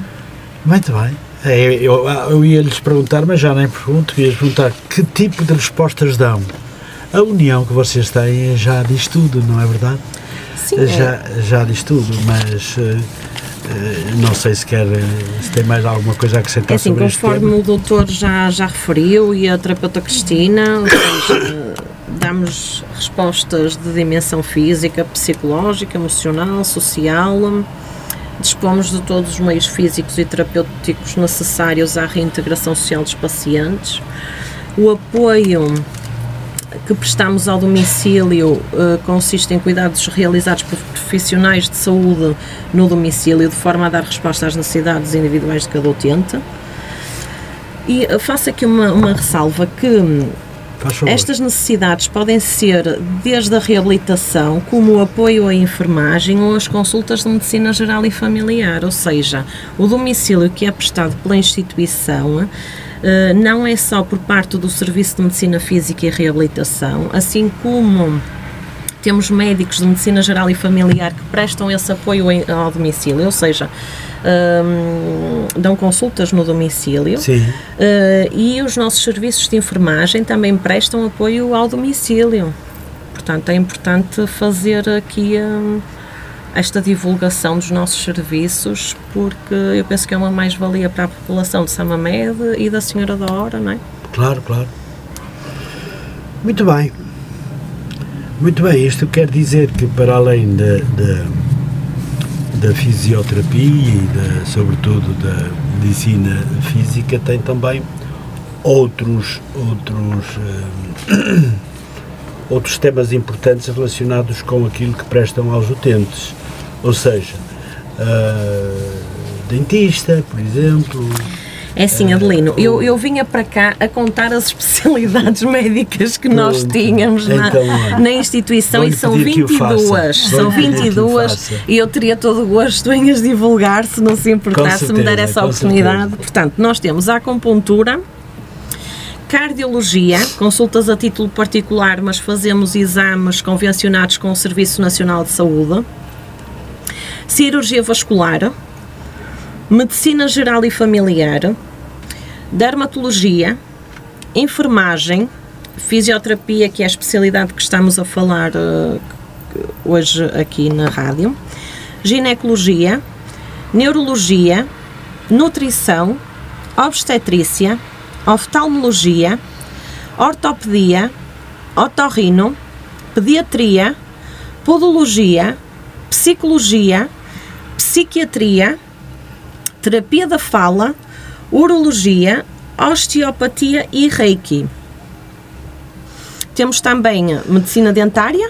Muito bem. É, Eu, eu ia lhes perguntar, mas já nem pergunto, ia-lhes perguntar que tipo de respostas dão. A união que vocês têm já diz tudo, não é verdade? Sim, é. Já, já diz tudo, mas eh, eh, não sei se quer, eh, se tem mais alguma coisa a acrescentar É assim, sobre este conforme tema. o doutor já, já referiu e a terapeuta Cristina, ou seja, damos respostas de dimensão física, psicológica, emocional, social, dispomos de todos os meios físicos e terapêuticos necessários à reintegração social dos pacientes. O apoio que prestamos ao domicílio uh, consiste em cuidados realizados por profissionais de saúde no domicílio, de forma a dar resposta às necessidades individuais de cada utente. E uh, faço aqui uma, uma ressalva que Faz favor. estas necessidades podem ser desde a reabilitação, como o apoio à enfermagem ou as consultas de medicina geral e familiar, ou seja, o domicílio que é prestado pela instituição Uh, não é só por parte do Serviço de Medicina Física e Reabilitação, assim como temos médicos de Medicina Geral e Familiar que prestam esse apoio em, ao domicílio, ou seja, um, dão consultas no domicílio. Sim. Uh, e os nossos serviços de enfermagem também prestam apoio ao domicílio. Portanto, é importante fazer aqui um, esta divulgação dos nossos serviços, porque eu penso que é uma mais-valia para a população de Samamed e da Senhora da Hora, não é? Claro, claro. Muito bem. Muito bem, isto quer dizer que para além da, da, da fisioterapia e da, sobretudo da medicina física, tem também outros, outros, eh, outros temas importantes relacionados com aquilo que prestam aos utentes. Ou seja, uh, dentista, por exemplo. É assim, Adelino, eu, eu vinha para cá a contar as especialidades médicas que nós Pronto. tínhamos na, Então, olha, na instituição, e vou-lhe são pedir que o vinte e duas, faça. são Vou-lhe pedir vinte e que o duas, faça. e eu teria todo o gosto em as divulgar, se não se importasse, se me der certeza, essa com oportunidade. certeza. Portanto, nós temos a acupuntura, cardiologia, consultas a título particular, mas fazemos exames convencionados com o Serviço Nacional de Saúde, cirurgia vascular, medicina geral e familiar, dermatologia, enfermagem, fisioterapia, que é a especialidade que estamos a falar uh, hoje aqui na rádio, ginecologia, neurologia, nutrição, obstetrícia, oftalmologia, ortopedia, otorrino, pediatria, podologia, psicologia, psiquiatria, terapia da fala, urologia, osteopatia e reiki. Temos também medicina dentária,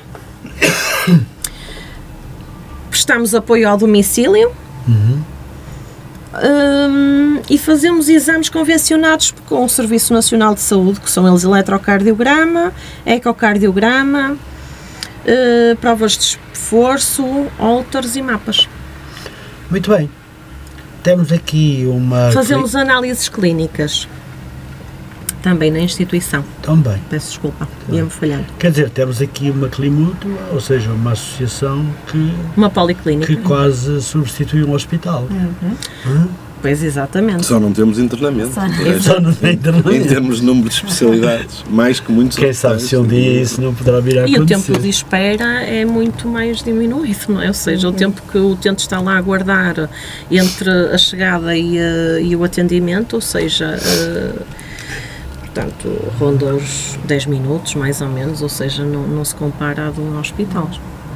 prestamos apoio ao domicílio. Uhum. Hum, e fazemos exames convencionados com o Serviço Nacional de Saúde, que são eles eletrocardiograma, ecocardiograma, eh, provas de esforço, holters e mapas. Muito bem. Temos aqui uma... Fazemos análises clínicas. Também na instituição. Também. Peço desculpa, ia-me falhando. Quer dizer, temos aqui uma climútua, ou seja, uma associação que, Uma policlínica. que quase substitui um hospital. Uhum. Hã? Pois, exatamente. Só não temos internamento. Só- De resto, Só não tem em internamento. termos de número de especialidades, mais que muitos Quem sabe se um dia isso não poderá vir a E acontecer. o tempo de espera é muito mais diminuído, não é? Ou seja, o tempo que o utente está lá a aguardar entre a chegada e, a- e o atendimento, ou seja, eh, portanto, ronda os dez minutos, mais ou menos, ou seja, não, não se compara a de um hospital.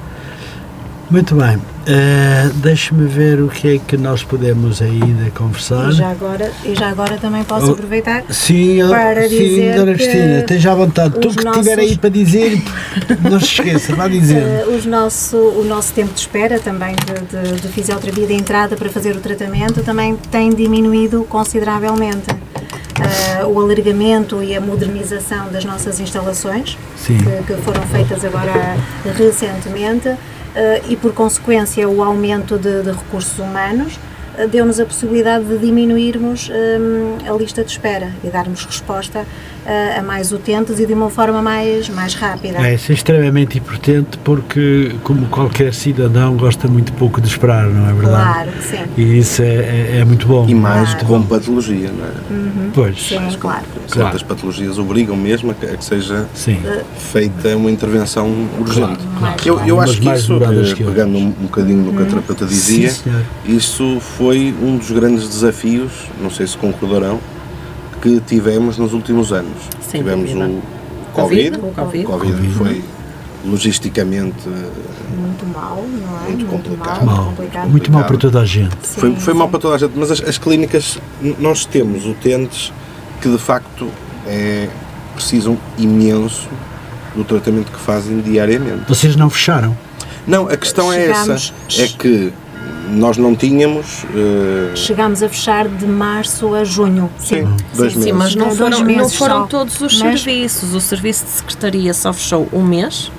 Muito bem. Eh, Deixe-me ver o que é que nós podemos ainda conversar. E já agora, e já agora também posso Oh. aproveitar Sim, eu- para sim, dizer Dona que Cristina, esteja à vontade. Tu os que nossos- estiver aí para dizer, não se esqueça, vá dizer. eh, os nosso, o nosso tempo de espera também de, de, de fisioterapia de entrada para fazer o tratamento também tem diminuído consideravelmente. Eh, o alargamento e a modernização das nossas instalações, Sim. que, que foram feitas agora recentemente, eh, e por consequência o aumento de, de recursos humanos, eh, deu-nos a possibilidade de diminuirmos hum, a lista de espera e darmos resposta eh, a mais utentes e de uma forma mais, mais rápida. É, isso é extremamente importante porque, como qualquer cidadão, gosta muito pouco de esperar, não é verdade? Claro que sim. E isso é, é, é muito bom. E mais Claro. com patologia, não é? Pois, Sim, claro. Certas patologias obrigam mesmo a que, a que seja sim. feita uma intervenção urgente. Claro. Eu, eu Umas acho que mais isso, demoradas eh, que pegando um, um bocadinho no que a terapeuta dizia, Sim, senhor. isso foi um dos grandes desafios, não sei se concordarão, que tivemos nos últimos anos. Sem tivemos dúvida. o Covid, O Covid. o Covid foi logisticamente Muito mal, não é? Muito complicado. mal, Mal. complicado. Muito mal para toda a gente. Sim, Foi, foi sim. mal para toda a gente, mas as, as clínicas, n- nós temos utentes que de facto é, precisam imenso do tratamento que fazem diariamente. Vocês não fecharam? Não, a questão é Chegamos- essa, é que nós não tínhamos, eh, Chegámos a fechar de março a junho. sim, Sim. dois Sim, meses. mas não Dois foram, não meses foram só. todos os Mas- serviços. O serviço de secretaria só fechou um mês.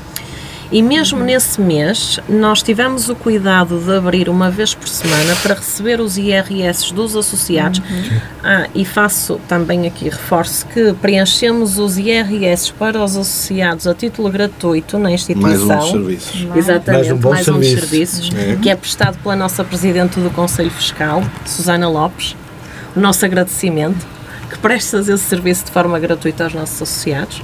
E mesmo nesse mês, nós tivemos o cuidado de abrir uma vez por semana para receber os I R S dos associados. Ah, e faço também aqui, reforço que preenchemos os I R S para os associados a título gratuito na Mais instituição. um dos serviços. Exatamente, Mais um bom mais um dos serviço. serviços, É. que é prestado pela nossa Presidente do Conselho Fiscal, Susana Lopes. O nosso agradecimento, que prestas esse serviço de forma gratuita aos nossos associados.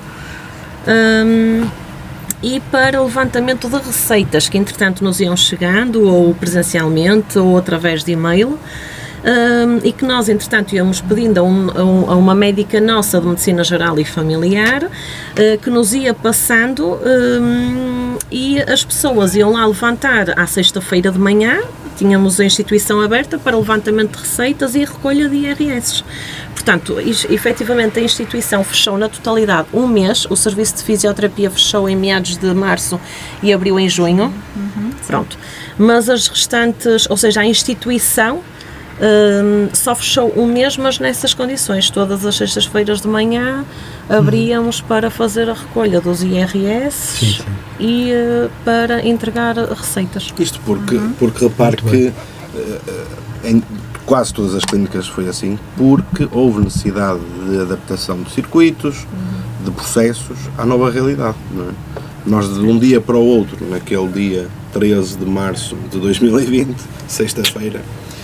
Hum, e para o levantamento de receitas, que entretanto nos iam chegando, ou presencialmente, ou através de e-mail, hum, e que nós entretanto íamos pedindo a, um- a um- a uma médica nossa de Medicina Geral e Familiar, eh, que nos ia passando, hum, e as pessoas iam lá levantar à sexta-feira de manhã. Tínhamos a instituição aberta para levantamento de receitas e a recolha de I R S. Portanto, is- efetivamente a instituição fechou na totalidade um mês, o serviço de fisioterapia fechou em meados de março e abriu em junho. Pronto. Mas as restantes, ou seja, a instituição hum, só fechou um mês, mas nessas condições. Todas as sextas-feiras de manhã abríamos para fazer a recolha dos I R S Sim, sim. e eh, para entregar receitas. Isto porque, porque repare Muito que eh, em quase todas as clínicas foi assim, porque houve necessidade de adaptação de circuitos, de processos à nova realidade. Não é? Nós de um dia para o outro, naquele dia treze de março de dois mil e vinte, sexta-feira,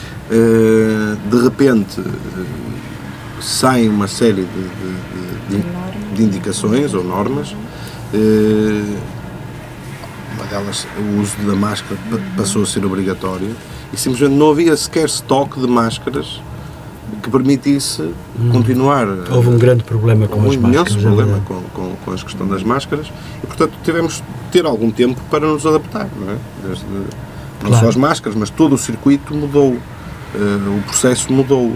eh, de repente eh, sai uma série de, de- de- de- de indicações ou normas. eh, Uma delas, o uso da máscara pa- passou a ser obrigatório e simplesmente não havia sequer estoque de máscaras que permitisse continuar. a- Houve um grande problema com um as imenso máscaras. é problema verdade. com, com, com a questão das máscaras e, portanto, tivemos de ter algum tempo para nos adaptar, não é? Desde, não Claro. só as máscaras, mas todo o circuito mudou, eh, o processo mudou,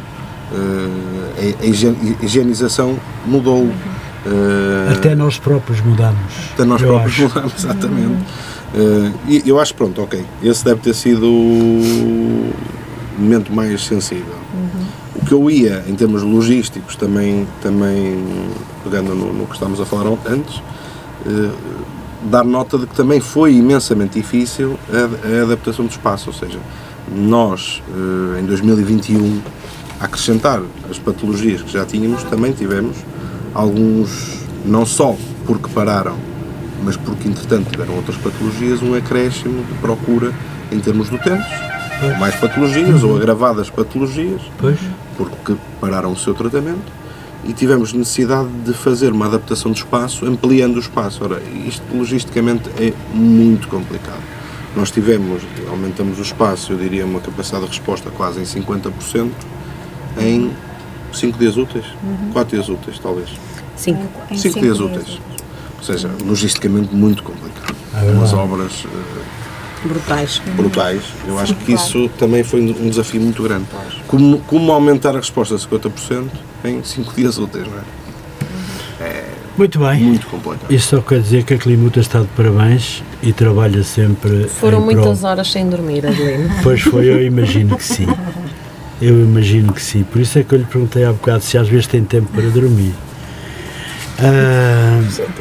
eh, a, a higiene- a higienização mudou. eh, Até nós próprios mudamos. até nós eu próprios acho. mudamos, exatamente. Eh, e eu acho, pronto, ok, esse deve ter sido o momento mais sensível. O o que eu ia, em termos logísticos, também, também pegando no, no que estávamos a falar antes, eh, dar nota de que também foi imensamente difícil a, a adaptação do espaço, ou seja, nós, eh, em dois mil e vinte e um, a acrescentar as patologias que já tínhamos, também tivemos alguns, não só porque pararam, mas porque, entretanto, tiveram outras patologias, um acréscimo de procura em termos de utentes, ou mais patologias, ou agravadas patologias, Pois. porque pararam o seu tratamento, e tivemos necessidade de fazer uma adaptação de espaço, ampliando o espaço. Ora, isto logisticamente é muito complicado. Nós tivemos, aumentamos o espaço, eu diria uma capacidade de resposta quase em cinquenta por cento, em cinco dias úteis, quatro dias úteis talvez. Cinco. Em cinco cinco dias dias úteis. Ou seja, logisticamente muito complicado. Ah, Umas verdade. obras uh, Brutais. brutais. Eu acho que claro. isso também foi um desafio muito grande. Como, como aumentar a resposta a cinquenta por cento em cinco dias úteis, não é? Muito bem. Muito complicado. Isto só quer dizer que a Climuta está de parabéns e trabalha sempre. Foram em muitas prol. horas sem dormir, Adelino. Pois foi, eu imagino que sim. Eu imagino que sim. Por isso é que eu lhe perguntei há bocado se às vezes tem tempo para dormir. Ah,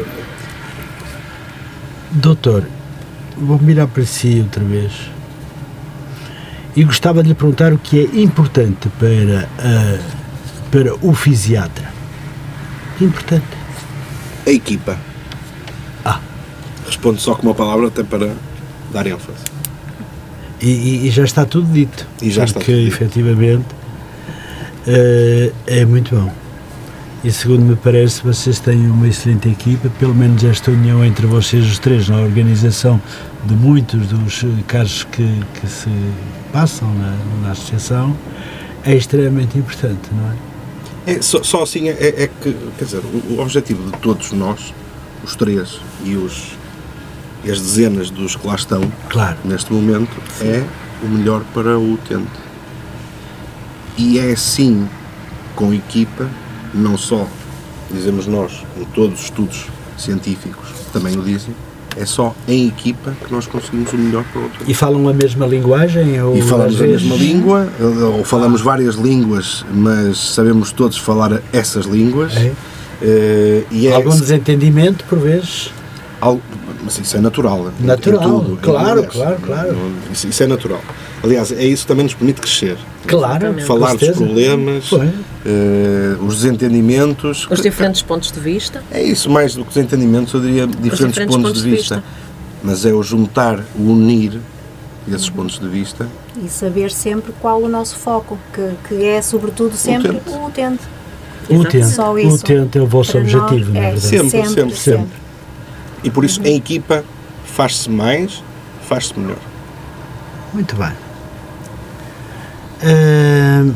doutor, vou mirar para si outra vez. E gostava de lhe perguntar o que é importante para, ah, para o fisiatra. Importante. A equipa. Ah. Respondo só com uma palavra até para dar ênfase. E, e- e já está tudo dito. E já está porque, tudo dito. efetivamente, eh, é muito bom. E segundo me parece, vocês têm uma excelente equipa, pelo menos esta união entre vocês os três na organização de muitos dos eh, casos que, que se passam na, na associação é extremamente importante, não é? É, só, só assim é, é que, quer dizer, o, o objetivo de todos nós, os três e, os, e as dezenas dos que lá estão, Claro. neste momento, é o melhor para o utente. E é assim, com equipa, não só, dizemos nós, em todos os estudos científicos também o dizem, é só em equipa que nós conseguimos o melhor para o utente. E falam a mesma linguagem? Ou E falamos às a vezes- mesma língua, ou falamos várias línguas, mas sabemos todos falar essas línguas. É. Eh, e é Algum desentendimento, por vezes? algo, mas isso é natural. em- Natural, em tudo, em claro, tudo, aliás. claro, claro. Não- Isso, isso é natural. Aliás, é isso que também nos permite crescer. Claro, Falar com dos certeza. problemas, Pois. eh, os desentendimentos. Os diferentes pontos de vista. É isso, mais do que desentendimentos, eu diria diferentes, diferentes pontos, de vista. Mas é o juntar, o unir esses pontos de vista. E saber sempre qual o nosso foco, que, que é sobretudo sempre utente. o utente. O utente, Só o isso. utente é o vosso Para objetivo, nós, não é é verdade? Sempre, sempre, sempre, sempre. sempre. E por isso, em equipa, faz-se mais, faz-se melhor. Muito bem. Ahm,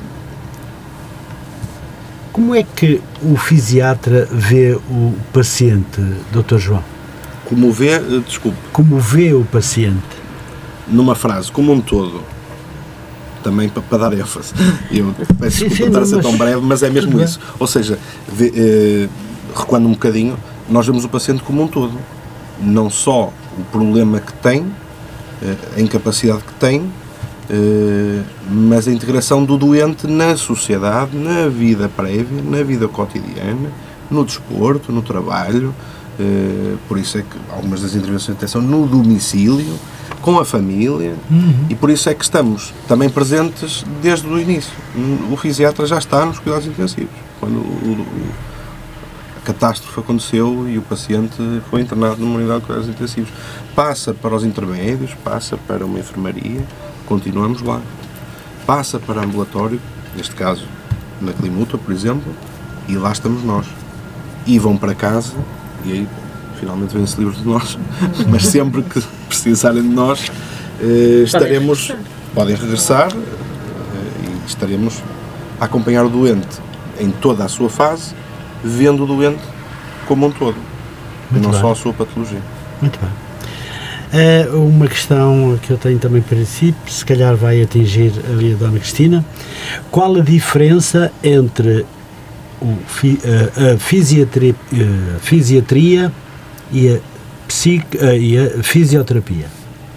como é que o fisiatra vê o paciente, doutor João? Como vê, eh, desculpe, Como vê o paciente? numa frase, como um todo, também para, para dar ênfase, eu peço Sim, desculpa sim, estar a não, ser tão mas- breve, mas é mesmo tudo isso. Ou seja, vê, eh, recuando um bocadinho, nós vemos o paciente como um todo. Não só o problema que tem, eh, a incapacidade que tem, eh, mas a integração do doente na sociedade, na vida prévia, na vida cotidiana, no desporto, no trabalho. eh, por isso é que algumas das intervenções até são no domicílio, com a família, e por isso é que estamos também presentes desde o início. O fisiatra já está nos cuidados intensivos. Quando o, o, a catástrofe aconteceu e o paciente foi internado numa unidade de cuidados intensivos, passa para os intermédios, passa para uma enfermaria, continuamos lá. Passa para ambulatório, neste caso na Climuta, por exemplo, e lá estamos nós. E vão para casa, e aí finalmente vêm-se livres de nós, mas sempre que precisarem de nós, eh, estaremos, podem regressar eh, e estaremos a acompanhar o doente em toda a sua fase, vendo o doente como um todo, e Muito não bem. só a sua patologia. Muito bem. É uma questão que eu tenho também para si, se calhar vai atingir ali a Dona Cristina. Qual a diferença entre o, fi- a, a fisiatria, a fisiatria e a, psic, a- e a fisioterapia?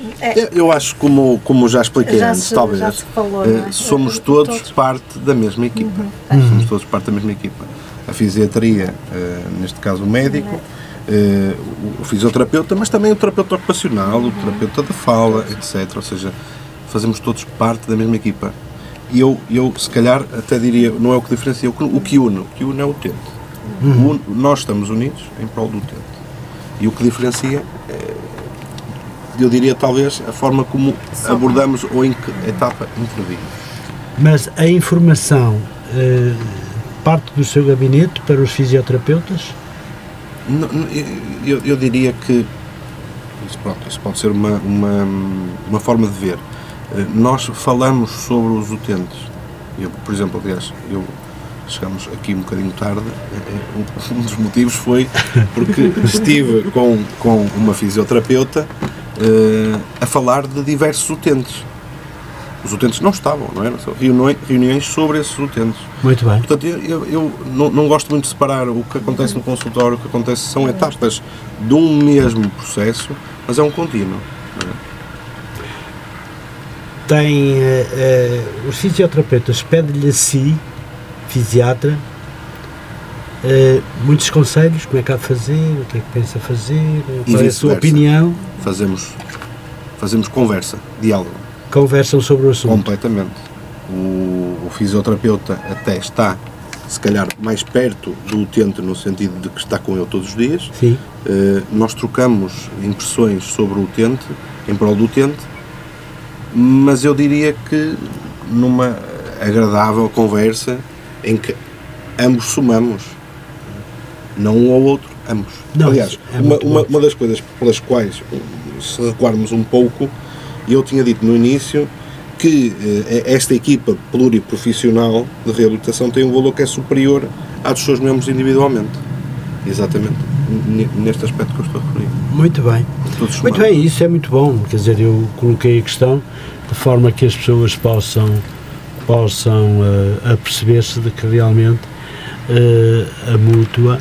É. Eu acho, como, como já expliquei já antes, se, talvez, já se falou, eh, é? somos todos, todos parte da mesma equipa. Uhum. Somos todos parte da mesma equipa. A fisiatria, eh, neste caso o médico, eh, o, o fisioterapeuta, mas também o terapeuta ocupacional, uhum. o terapeuta da fala, etcétera. Ou seja, fazemos todos parte da mesma equipa. E eu, eu, se calhar, até diria, não é o que diferencia, o que, o que une. O que une é o utente. Uhum. O, nós estamos unidos em prol do utente. E o que diferencia, é, eu diria, talvez, a forma como Só abordamos ou em que etapa intervimos. Mas a informação eh, parte do seu gabinete para os fisioterapeutas? Não, eu, eu diria que, isso, pronto, isso pode ser uma, uma, uma forma de ver. Nós falamos sobre os utentes. Eu, por exemplo, aliás, eu, chegamos aqui um bocadinho tarde, um dos motivos foi porque estive com, com uma fisioterapeuta uh, a falar de diversos utentes. Os utentes não estavam, não era? São reuniões, reuniões sobre esses utentes. Muito bem. Portanto, eu, eu, eu não, não gosto muito de separar o que acontece no consultório, o que acontece, são etapas de um mesmo processo, mas é um contínuo. Não é? Tem, uh, uh, os fisioterapeutas pedem-lhe a si, fisiatra, uh, muitos conselhos, como é que há de fazer, o que é que pensa fazer, qual é a sua opinião. Fazemos, fazemos conversa, diálogo. Conversam sobre o assunto. Completamente. O, o fisioterapeuta até está, se calhar, mais perto do utente, no sentido de que está com ele todos os dias. Sim. Uh, nós trocamos impressões sobre o utente, em prol do utente, mas eu diria que numa agradável conversa em que ambos somamos, não um ao outro, ambos. Não, aliás, é uma, uma, uma das coisas pelas quais, se recuarmos um pouco, eu tinha dito no início que eh, esta equipa pluriprofissional de reabilitação tem um valor que é superior à dos seus membros individualmente. Exatamente neste aspecto que eu estou a referir. Muito bem. Muito bem, isso é muito bom. Quer dizer, eu coloquei a questão de forma que as pessoas possam, possam uh, aperceber-se de que realmente uh, a Mútua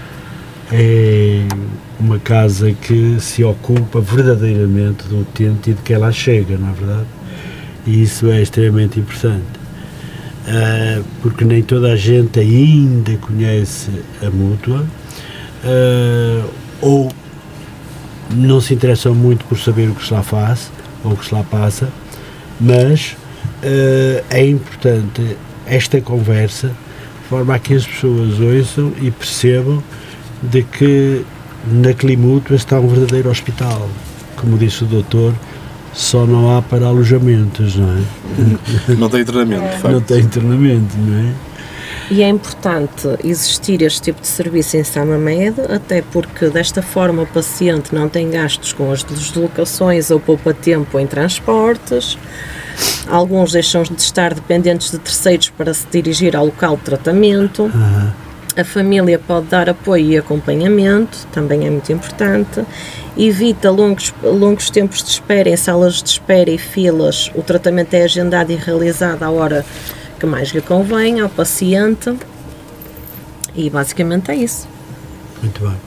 é uma casa que se ocupa verdadeiramente do utente e de que ela chega, não é verdade? E isso é extremamente importante. Uh, porque nem toda a gente ainda conhece a Mútua, uh, ou não se interessam muito por saber o que se lá faz ou o que se lá passa, mas uh, é importante esta conversa de forma a que as pessoas ouçam e percebam de que na Climútua está um verdadeiro hospital. Como disse o doutor, só não há para alojamentos, não é? Não tem internamento, de facto. Não tem internamento, não é? E é importante existir este tipo de serviço em Samamed, até porque desta forma o paciente não tem gastos com as deslocações ou poupa tempo em transportes. Alguns deixam de estar dependentes de terceiros para se dirigir ao local de tratamento. Uhum. A família pode dar apoio e acompanhamento, também é muito importante. Evita longos, longos tempos de espera em salas de espera e filas. O tratamento é agendado e realizado à hora que mais lhe convém ao paciente. E basicamente é isso. Muito bem.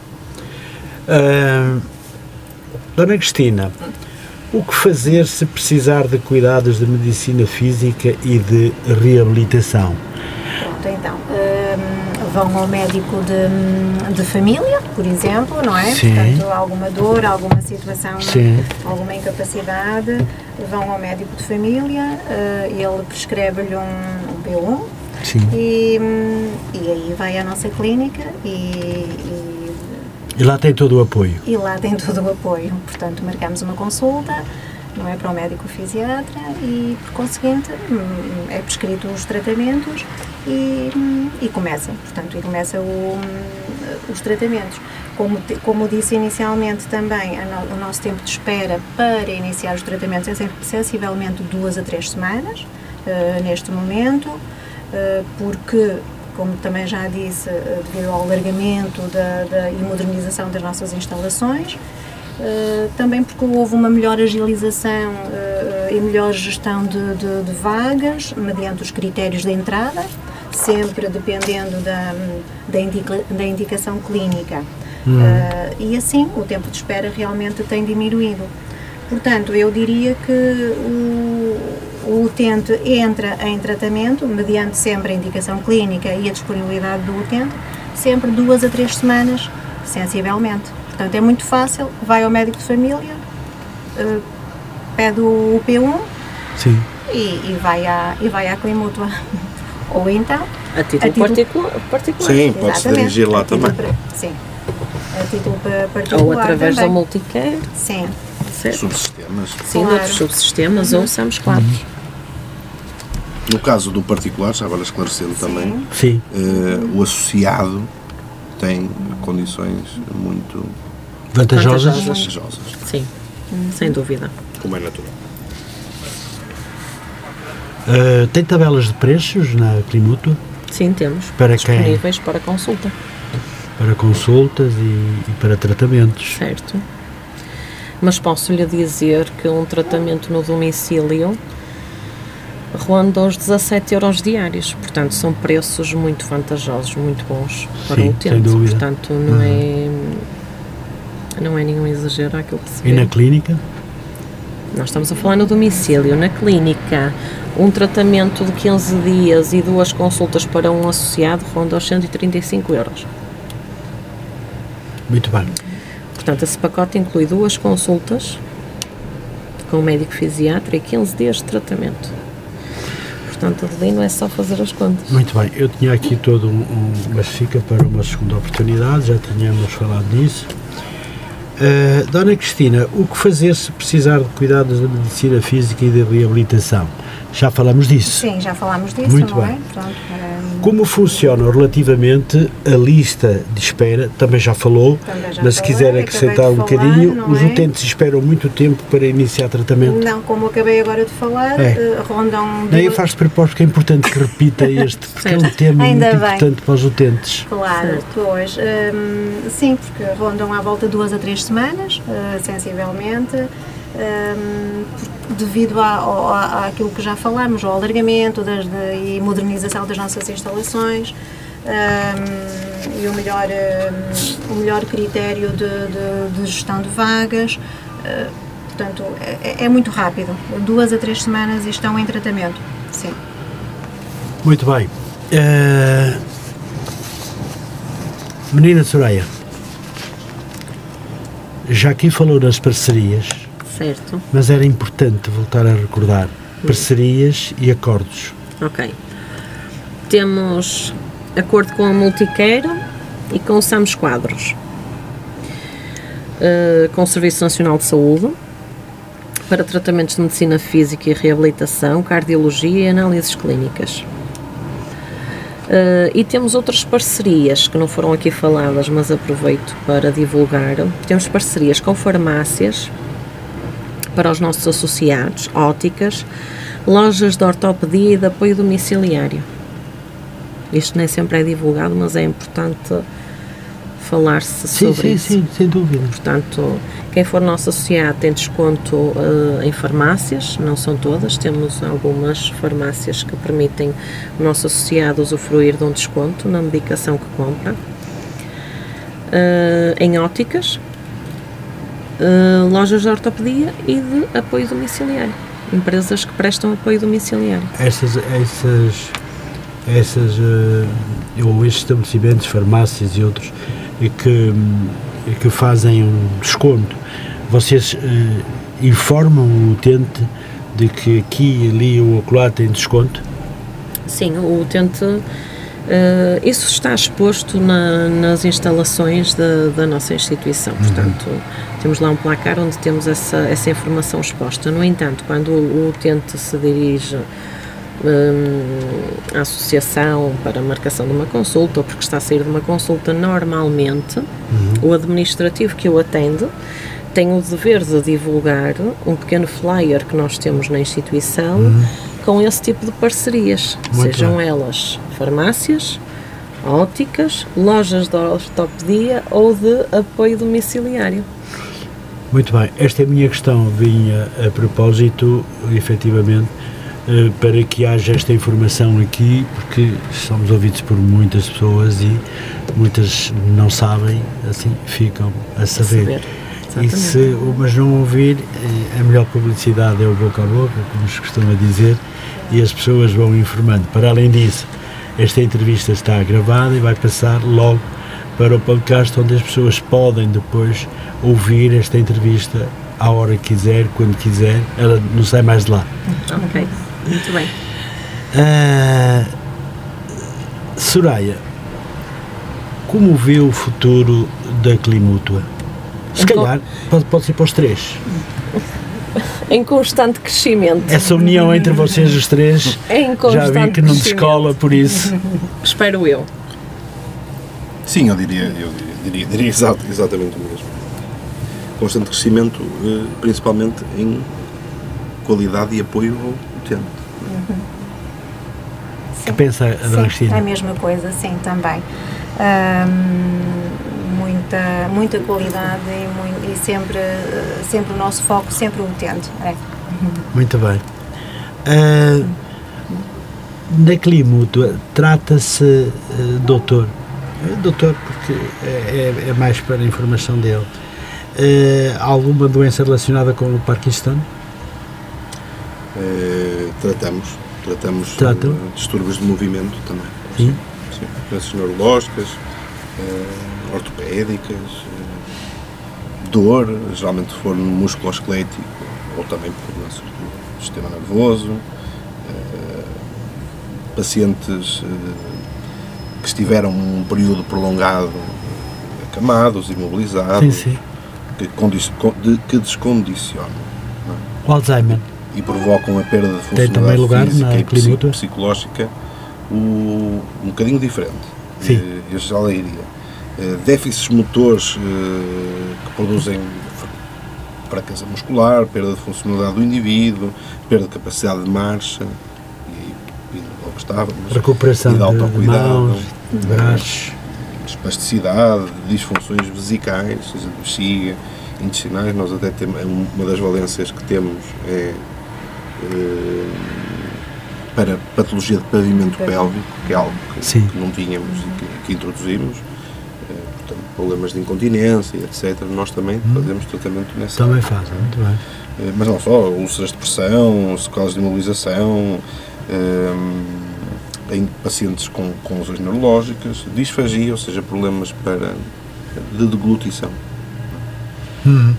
Uh, Dona Cristina, o que fazer se precisar de cuidados de medicina física e de reabilitação? Pronto, então, um, vão ao médico de, de família, por exemplo, não é? Sim. Portanto, alguma dor, alguma situação, Sim. alguma incapacidade, vão ao médico de família, uh, ele prescreve-lhe um B um. Sim. E, e aí vai à nossa clínica e, e, e lá tem todo o apoio. E lá tem todo o apoio. Portanto, marcamos uma consulta, não é, para o médico fisiatra e, por conseguinte, é prescrito os tratamentos e, e começa, portanto, e começa o, os tratamentos. Como, como disse inicialmente também, a no, o nosso tempo de espera para iniciar os tratamentos é sensivelmente duas a três semanas, uh, neste momento, uh, porque, como também já disse, uh, devido ao alargamento da, da, e modernização das nossas instalações, Uh, também porque houve uma melhor agilização uh, e melhor gestão de, de, de vagas, mediante os critérios de entrada, sempre dependendo da, da, indica, da indicação clínica. Hum. Uh, e assim o tempo de espera realmente tem diminuído. portanto, eu diria que o, o utente entra em tratamento, mediante sempre a indicação clínica e a disponibilidade do utente, sempre duas a três semanas, sensivelmente. Portanto, é muito fácil, vai ao médico de família, uh, pede o P um Sim. E, e, vai à, e vai à Climútua. Ou então... A título, a título particular, particular. Sim, pode-se dirigir lá também. Para, sim. A título particular ou através também. da Multicare. Sim. Certo. Subsistemas. Sim, claro. de outros subsistemas uhum. ou SAMS quatro. Uhum. No caso do particular, já agora esclarecendo Sim. também, Sim. Uh, o associado tem condições muito vantajosas. vantajosas. Sim, uhum. sem dúvida. Como é natural. Uh, tem tabelas de preços na Climútua? Sim, temos. Para disponíveis quem? Para consulta. Para consultas e, e para tratamentos. Certo. Mas posso-lhe dizer que um tratamento no domicílio ronda os dezassete euros diários. Portanto, são preços muito vantajosos, muito bons para Sim, o utente. sem dúvida. Portanto, não, uhum. é, não é nenhum exagero aquilo que se vê. E na clínica? Nós estamos a falar no domicílio. Na clínica, um tratamento de quinze dias e duas consultas para um associado ronda aos cento e trinta e cinco euros. Muito bem. Portanto, esse pacote inclui duas consultas com o médico fisiatra e quinze dias de tratamento. Portanto, Adelino, é só fazer as contas. Muito bem. Eu tinha aqui todo um, um mas fica para uma segunda oportunidade, já tínhamos falado nisso. Uh, Dona Cristina, o que fazer se precisar de cuidados da medicina física e da reabilitação? Já falamos disso? Sim, já falámos disso, Muito não bem. é? Pronto, um... Como funciona relativamente a lista de espera? Também já falou, Também já mas se falei, quiser acrescentar um falar, bocadinho, os é? utentes esperam muito tempo para iniciar tratamento? Não, como acabei agora de falar, é. uh, rondam... Nem eu faço de propósito que é importante que repita este, porque é um tema Ainda muito bem. importante para os utentes. Claro, certo. Pois, um, sim, porque rondam à volta de duas a três semanas, uh, sensivelmente, um, devido à, à, àquilo que já falamos, ao alargamento das, de, e modernização das nossas instalações, um, e o melhor, um, o melhor critério de, de, de gestão de vagas, uh, portanto, é, é muito rápido, duas a três semanas e estão em tratamento, sim. Muito bem. Uh, menina Soraya, já aqui falou nas parcerias, certo, mas era importante voltar a recordar parcerias e acordos. Ok. Temos acordo com a Multicare e com o SAMS Quadros, uh, com o Serviço Nacional de Saúde, para tratamentos de medicina física e reabilitação, cardiologia e análises clínicas. Uh, e temos outras parcerias que não foram aqui faladas, mas aproveito para divulgar. Temos parcerias com farmácias para os nossos associados, óticas, lojas de ortopedia e de apoio domiciliário. Isto nem sempre é divulgado, mas é importante falar-se sim, sobre sim, isso. Sim, sem dúvida. Portanto, quem for nosso associado tem desconto uh, em farmácias, não são todas, temos algumas farmácias que permitem o nosso associado usufruir de um desconto na medicação que compra. Uh, em óticas, uh, lojas de ortopedia e de apoio domiciliário, empresas que prestam apoio domiciliário. Essas, essas, essas uh, ou estes estabelecimentos, farmácias e outros, e que, e que fazem um desconto, vocês uh, informam o utente de que aqui, ali ou acolá tem desconto? Sim, o utente, uh, isso está exposto na, nas instalações da, da nossa instituição, portanto, uhum. temos lá um placar onde temos essa, essa informação exposta. No entanto, quando o, o utente se dirige à associação para a marcação de uma consulta ou porque está a sair de uma consulta, normalmente uhum. o administrativo que o atende tem o dever de divulgar um pequeno flyer que nós temos na instituição uhum. com esse tipo de parcerias, Muito sejam bem. elas farmácias, óticas, lojas de ortopedia ou de apoio domiciliário. Muito bem, esta é a minha questão, vinha a propósito, efetivamente, para que haja esta informação aqui, porque somos ouvidos por muitas pessoas e muitas não sabem, assim ficam a saber. E se mas não ouvir, a melhor publicidade é o boca a boca, como se costuma dizer, e as pessoas vão informando. Para além disso, esta entrevista está gravada e vai passar logo para o podcast, onde as pessoas podem depois ouvir esta entrevista à hora que quiser, quando quiser, ela não sai mais de lá. Ok, muito bem. Uh, Soraya, como vê o futuro da Climútua? Se então, calhar pode, pode ser para os três. Em constante crescimento. Essa união entre vocês os três, é em já vi que não descola por isso. Espero eu. Sim, eu diria, eu diria, diria exato, exatamente o mesmo. Constante crescimento, principalmente em qualidade e apoio ao utente. Uhum. Que pensa a Dona Cristina? É a mesma coisa, sim, também. Um, muita, muita qualidade e, muito, e sempre, sempre o nosso foco, sempre o utente. É. Muito bem. Uh, na Climútua, trata-se, uh, doutor, doutor, porque é, é mais para a informação dele, uh, alguma doença relacionada com o Parkinson? Uh, tratamos. Tratamos Tratam? uh, distúrbios de movimento também. Sim. Sim. Doenças neurológicas, uh, ortopédicas, uh, dor, geralmente se for musculoesquelético ou também por doenças do sistema nervoso, uh, pacientes uh, que estiveram um período prolongado acamados, imobilizados, sim, sim. Que, de, que descondicionam. Não é? O Alzheimer. E provocam a perda de funcionalidade lugar física na e psico, psicológica o, um bocadinho diferente. Sim. Eu já lá iria. Uh, déficits motores uh, que produzem fraqueza muscular, perda de funcionalidade do indivíduo, perda de capacidade de marcha, e, e ao que estávamos, recuperação e de autocuidado, de mãos, de braços, espasticidade, disfunções vesicais, seja de bexiga, intestinais. Nós até temos, uma das valências que temos é para patologia de pavimento pélvico, que é algo que, que não tínhamos e que, que introduzimos, portanto, problemas de incontinência, etcétera. Nós também hum. fazemos tratamento nessa Também área. fazem, muito bem. Mas não só, úlceras de pressão, sequelas de imobilização, em pacientes com, com lesões neurológicas, disfagia, ou seja, problemas para, de deglutição. Hum.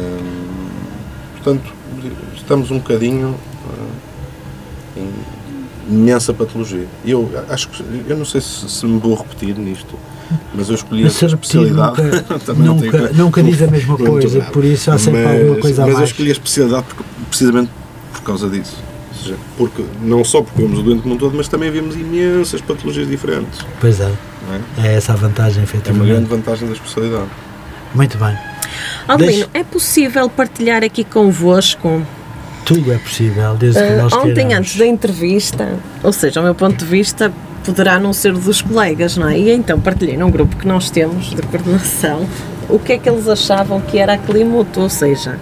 Portanto, estamos um bocadinho uh, em imensa patologia. Eu acho que, eu não sei se, se me vou repetir nisto, mas eu escolhi mas a especialidade. Nunca, nunca, tenho, nunca diz a mesma coisa, por isso há sempre mas, alguma coisa a mas mais. Mas eu escolhi a especialidade porque, precisamente por causa disso. Ou seja, porque, não só porque vemos o doente como um todo, mas também vemos imensas patologias diferentes. Pois é, é, é essa a vantagem, efetivamente. É uma grande vantagem da especialidade. Muito bem. Aldelino, Deixe... é possível partilhar aqui convosco? Tudo é possível, desde que uh, nós Ontem, queiramos. Antes da entrevista, ou seja, ao meu ponto de vista, poderá não ser dos colegas, não é? E então partilhei num grupo que nós temos de coordenação o que é que eles achavam que era a Climútua, ou seja,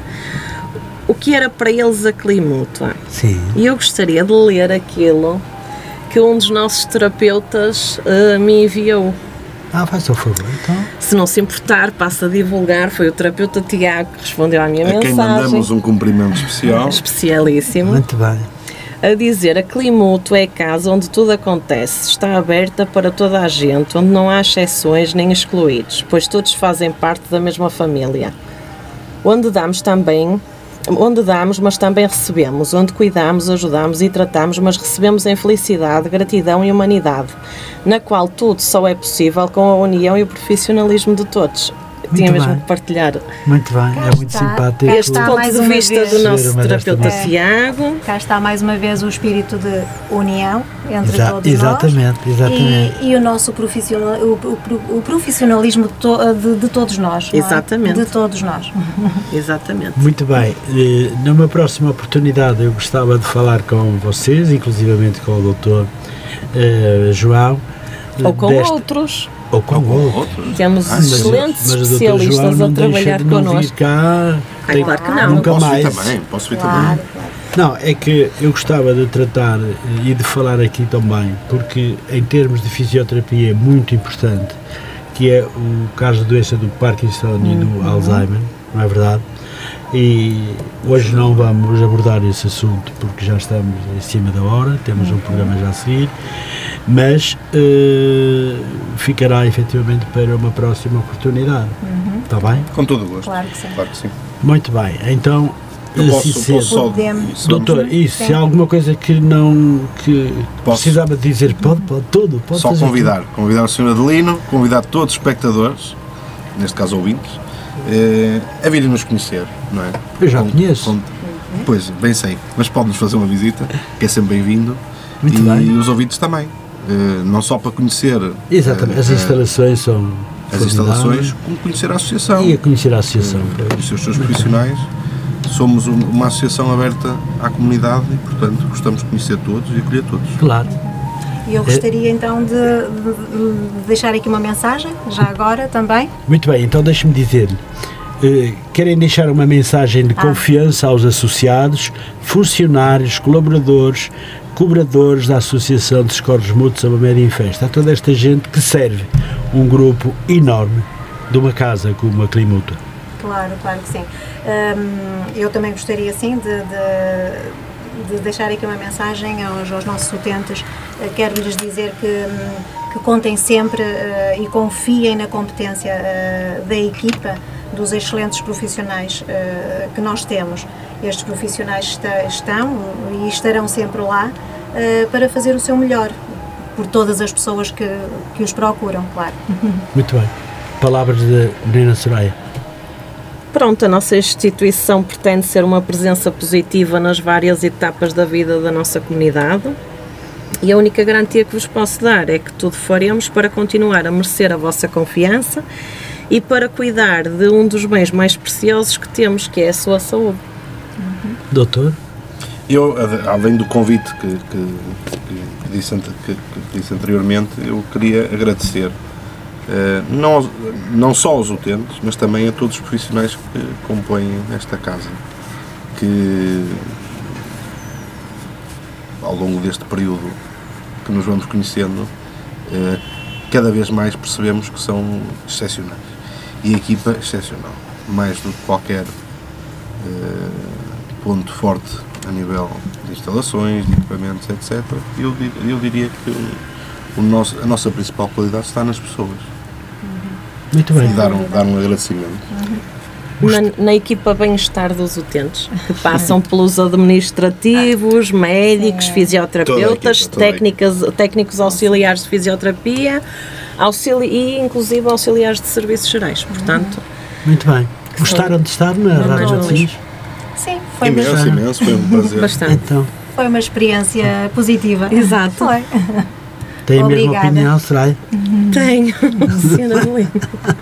o que era para eles a Climútua. Sim. E eu gostaria de ler aquilo que um dos nossos terapeutas uh, me enviou. Ah, faz o favor, então. Se não se importar, passa a divulgar. Foi o terapeuta Tiago que respondeu à minha a mensagem. A quem mandamos um cumprimento especial. Especialíssimo. Muito bem. A dizer, a Climútua é a casa onde tudo acontece, está aberta para toda a gente, onde não há exceções nem excluídos, pois todos fazem parte da mesma família. Onde damos também... Onde damos, mas também recebemos, onde cuidamos, ajudamos e tratamos, mas recebemos em felicidade, gratidão e humanidade, na qual tudo só é possível com a união e o profissionalismo de todos. Muito Tinha bem. mesmo que partilhar. Muito bem, cá é muito está, simpático. Este ponto de vista vez. do nosso terapeuta é, Tiago. Cá está mais uma vez o espírito de união entre Exa todos exatamente, nós exatamente. E, e o nosso profissional, o, o, o profissionalismo de, to, de, de todos nós. Exatamente. Não é? De todos nós. Exatamente. Muito bem. Numa próxima oportunidade eu gostava de falar com vocês, inclusivamente com o doutor uh, João. Ou com desta... outros. Ou com outros. Temos ah, excelentes mas, mas especialistas João a trabalhar de não connosco. Vir cá, ah, tem, claro que não. Nunca posso mais. Vir também, posso vir claro, também. Claro. Não, é que eu gostava de tratar e de falar aqui também, porque em termos de fisioterapia é muito importante, que é o caso de doença do Parkinson hum, e do hum. Alzheimer, não é verdade? E hoje não vamos abordar esse assunto porque já estamos em cima da hora, temos um programa já a seguir, mas uh, ficará efetivamente para uma próxima oportunidade. Uhum. Está bem? Com todo o gosto. Claro que sim. Claro que sim. Muito bem, então, eu assim posso, posso só, Podemos. doutor, isso, se há alguma coisa que não que Posso. precisava de dizer, pode, pode tudo, pode só fazer convidar, tudo. convidar o senhor Adelino, convidar todos os espectadores, neste caso ouvintes, eh, a virem nos conhecer, não é? Eu já Com- conheço. com- pois, bem sei, mas pode-nos fazer uma visita, que é sempre bem-vindo. Muito e bem. os ouvintes também, eh, não só para conhecer Exatamente, eh, as instalações são as instalações, como conhecer a associação, e a conhecer a associação. conhecer os seus profissionais. Somos um- uma associação aberta à comunidade e, portanto, gostamos de conhecer todos e acolher todos. Claro. E eu gostaria então de, de- de deixar aqui uma mensagem, já agora também. Muito bem, então deixe-me dizer-lhe, eh, querem deixar uma mensagem de Ah. confiança aos associados, funcionários, colaboradores, cobradores da Associação de Socorros Mútuos Amamédia em Festa, a toda esta gente que serve um grupo enorme de uma casa como a Climútua. Claro, claro que sim. Hum, eu também gostaria, sim, de, de, de deixar aqui uma mensagem aos, aos nossos utentes. Uh, Quero-lhes dizer que, hum, que contem sempre uh, e confiem na competência uh, da equipa, dos excelentes profissionais uh, que nós temos. Estes profissionais está, estão e estarão sempre lá uh, para fazer o seu melhor, por todas as pessoas que, que os procuram, claro. Muito bem. Palavras de Menina Soraya. Pronto, a nossa instituição pretende ser uma presença positiva nas várias etapas da vida da nossa comunidade e a única garantia que vos posso dar é que tudo faremos para continuar a merecer a vossa confiança e para cuidar de um dos bens mais preciosos que temos, que é a sua saúde. Doutor? Eu, além do convite que, que, que, disse, ante- que, que disse anteriormente, eu queria agradecer eh, não, aos- não só aos utentes, mas também a todos os profissionais que compõem esta casa, que ao longo deste período que nos vamos conhecendo, eh, cada vez mais percebemos que são excepcionais. E a equipa excepcional, mais do que qualquer eh, ponto forte a nível de instalações, de equipamentos, etcétera. Eu, di- eu diria que o, o nosso, a nossa principal qualidade está nas pessoas. Muito bem. E dar um, dar um agradecimento. Na, na equipa bem-estar dos utentes, que passam pelos administrativos, médicos, Sim. fisioterapeutas, Toda a equipa, toda a técnicas, técnicos auxiliares de fisioterapia auxili e inclusive auxiliares de serviços gerais. Portanto, Muito bem. Gostaram de estar na Não, Rádio não. Matosinhos? Sim, foi uma, Imenso, imenso, foi um prazer. bastante. Então, foi uma experiência positiva. Exato. Foi. tem a mesma Obrigada. opinião, Soraya? Tenho, senhora Adelino.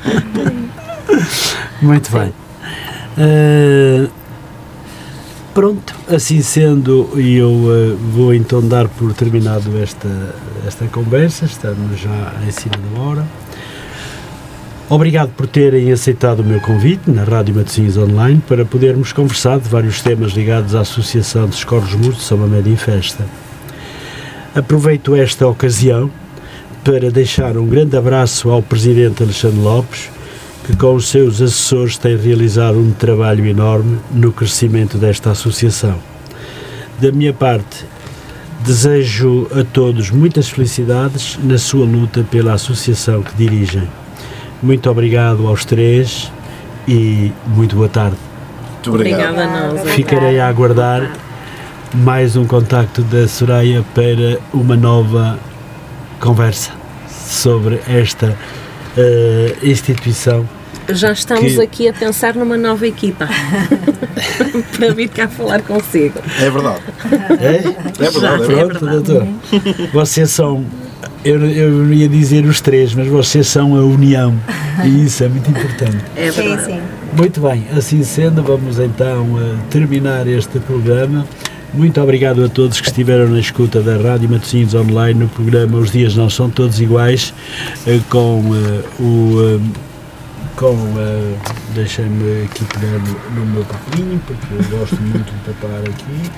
Muito bem. Uh, pronto, assim sendo, eu uh, vou então dar por terminado esta, esta conversa, estamos já em cima da hora. Obrigado por terem aceitado o meu convite na Rádio Matosinhos Online para podermos conversar de vários temas ligados à Associação de Socorros Mútuos São Mamédia em Festa. Aproveito esta ocasião para deixar um grande abraço ao Presidente Alexandre Lopes, que com os seus assessores tem realizado um trabalho enorme no crescimento desta associação. Da minha parte, desejo a todos muitas felicidades na sua luta pela associação que dirigem. Muito obrigado aos três e muito boa tarde. Muito obrigado. Obrigada a nós. Ficarei a aguardar mais um contacto da Soraya para uma nova conversa sobre esta uh, instituição. Já estamos Que- aqui a pensar numa nova equipa para vir cá falar consigo. É verdade. É? É verdade. É verdade. Pronto, doutor. Vocês são, eu, eu ia dizer os três, mas vocês são a união e isso é muito importante. É Sim, verdade. sim. Muito bem, assim sendo, vamos então uh, terminar este programa. Muito obrigado a todos que estiveram na escuta da Rádio Matosinhos Online no programa Os Dias Não São Todos Iguais, uh, com uh, o... uh, com, uh, deixem-me aqui pegar no, no meu papelinho, porque eu gosto muito de tapar aqui.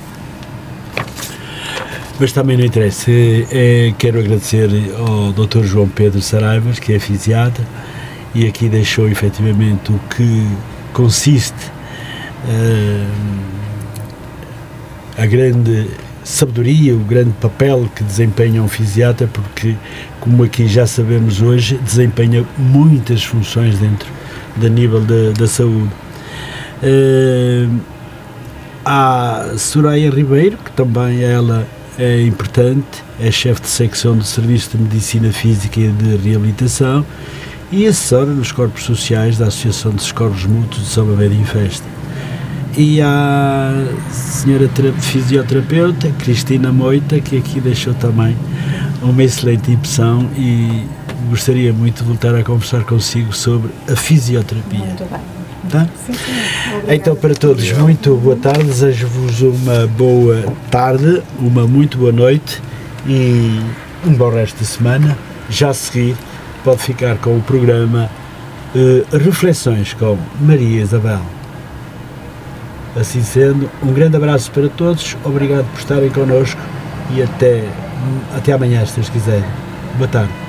Mas também não interessa. Eh, quero agradecer ao doutor João Pedro Saraivas, que é fisiatra, e aqui deixou efetivamente o que consiste uh, a grande sabedoria, o grande papel que desempenha um fisiatra, porque, como aqui já sabemos hoje, desempenha muitas funções dentro do nível da, da saúde. Uh, há Soraya Ribeiro, que também ela é importante, é chefe de secção do Serviço de Medicina Física e de Reabilitação e assessora nos corpos sociais da Associação dos Corpos Mútuos de São Bebé em Festa. E a senhora fisioterapeuta Cristina Moita, que aqui deixou também uma excelente impressão, e gostaria muito de voltar a conversar consigo sobre a fisioterapia. Muito bem. Tá? Sim, sim. Então, para todos, muito boa tarde, desejo-vos uma boa tarde, uma muito boa noite e um bom resto de semana. Já a seguir pode ficar com o programa uh, Reflexões com Maria Isabel. Assim sendo, um grande abraço para todos, obrigado por estarem connosco e até, até amanhã, se Deus quiser. Boa tarde.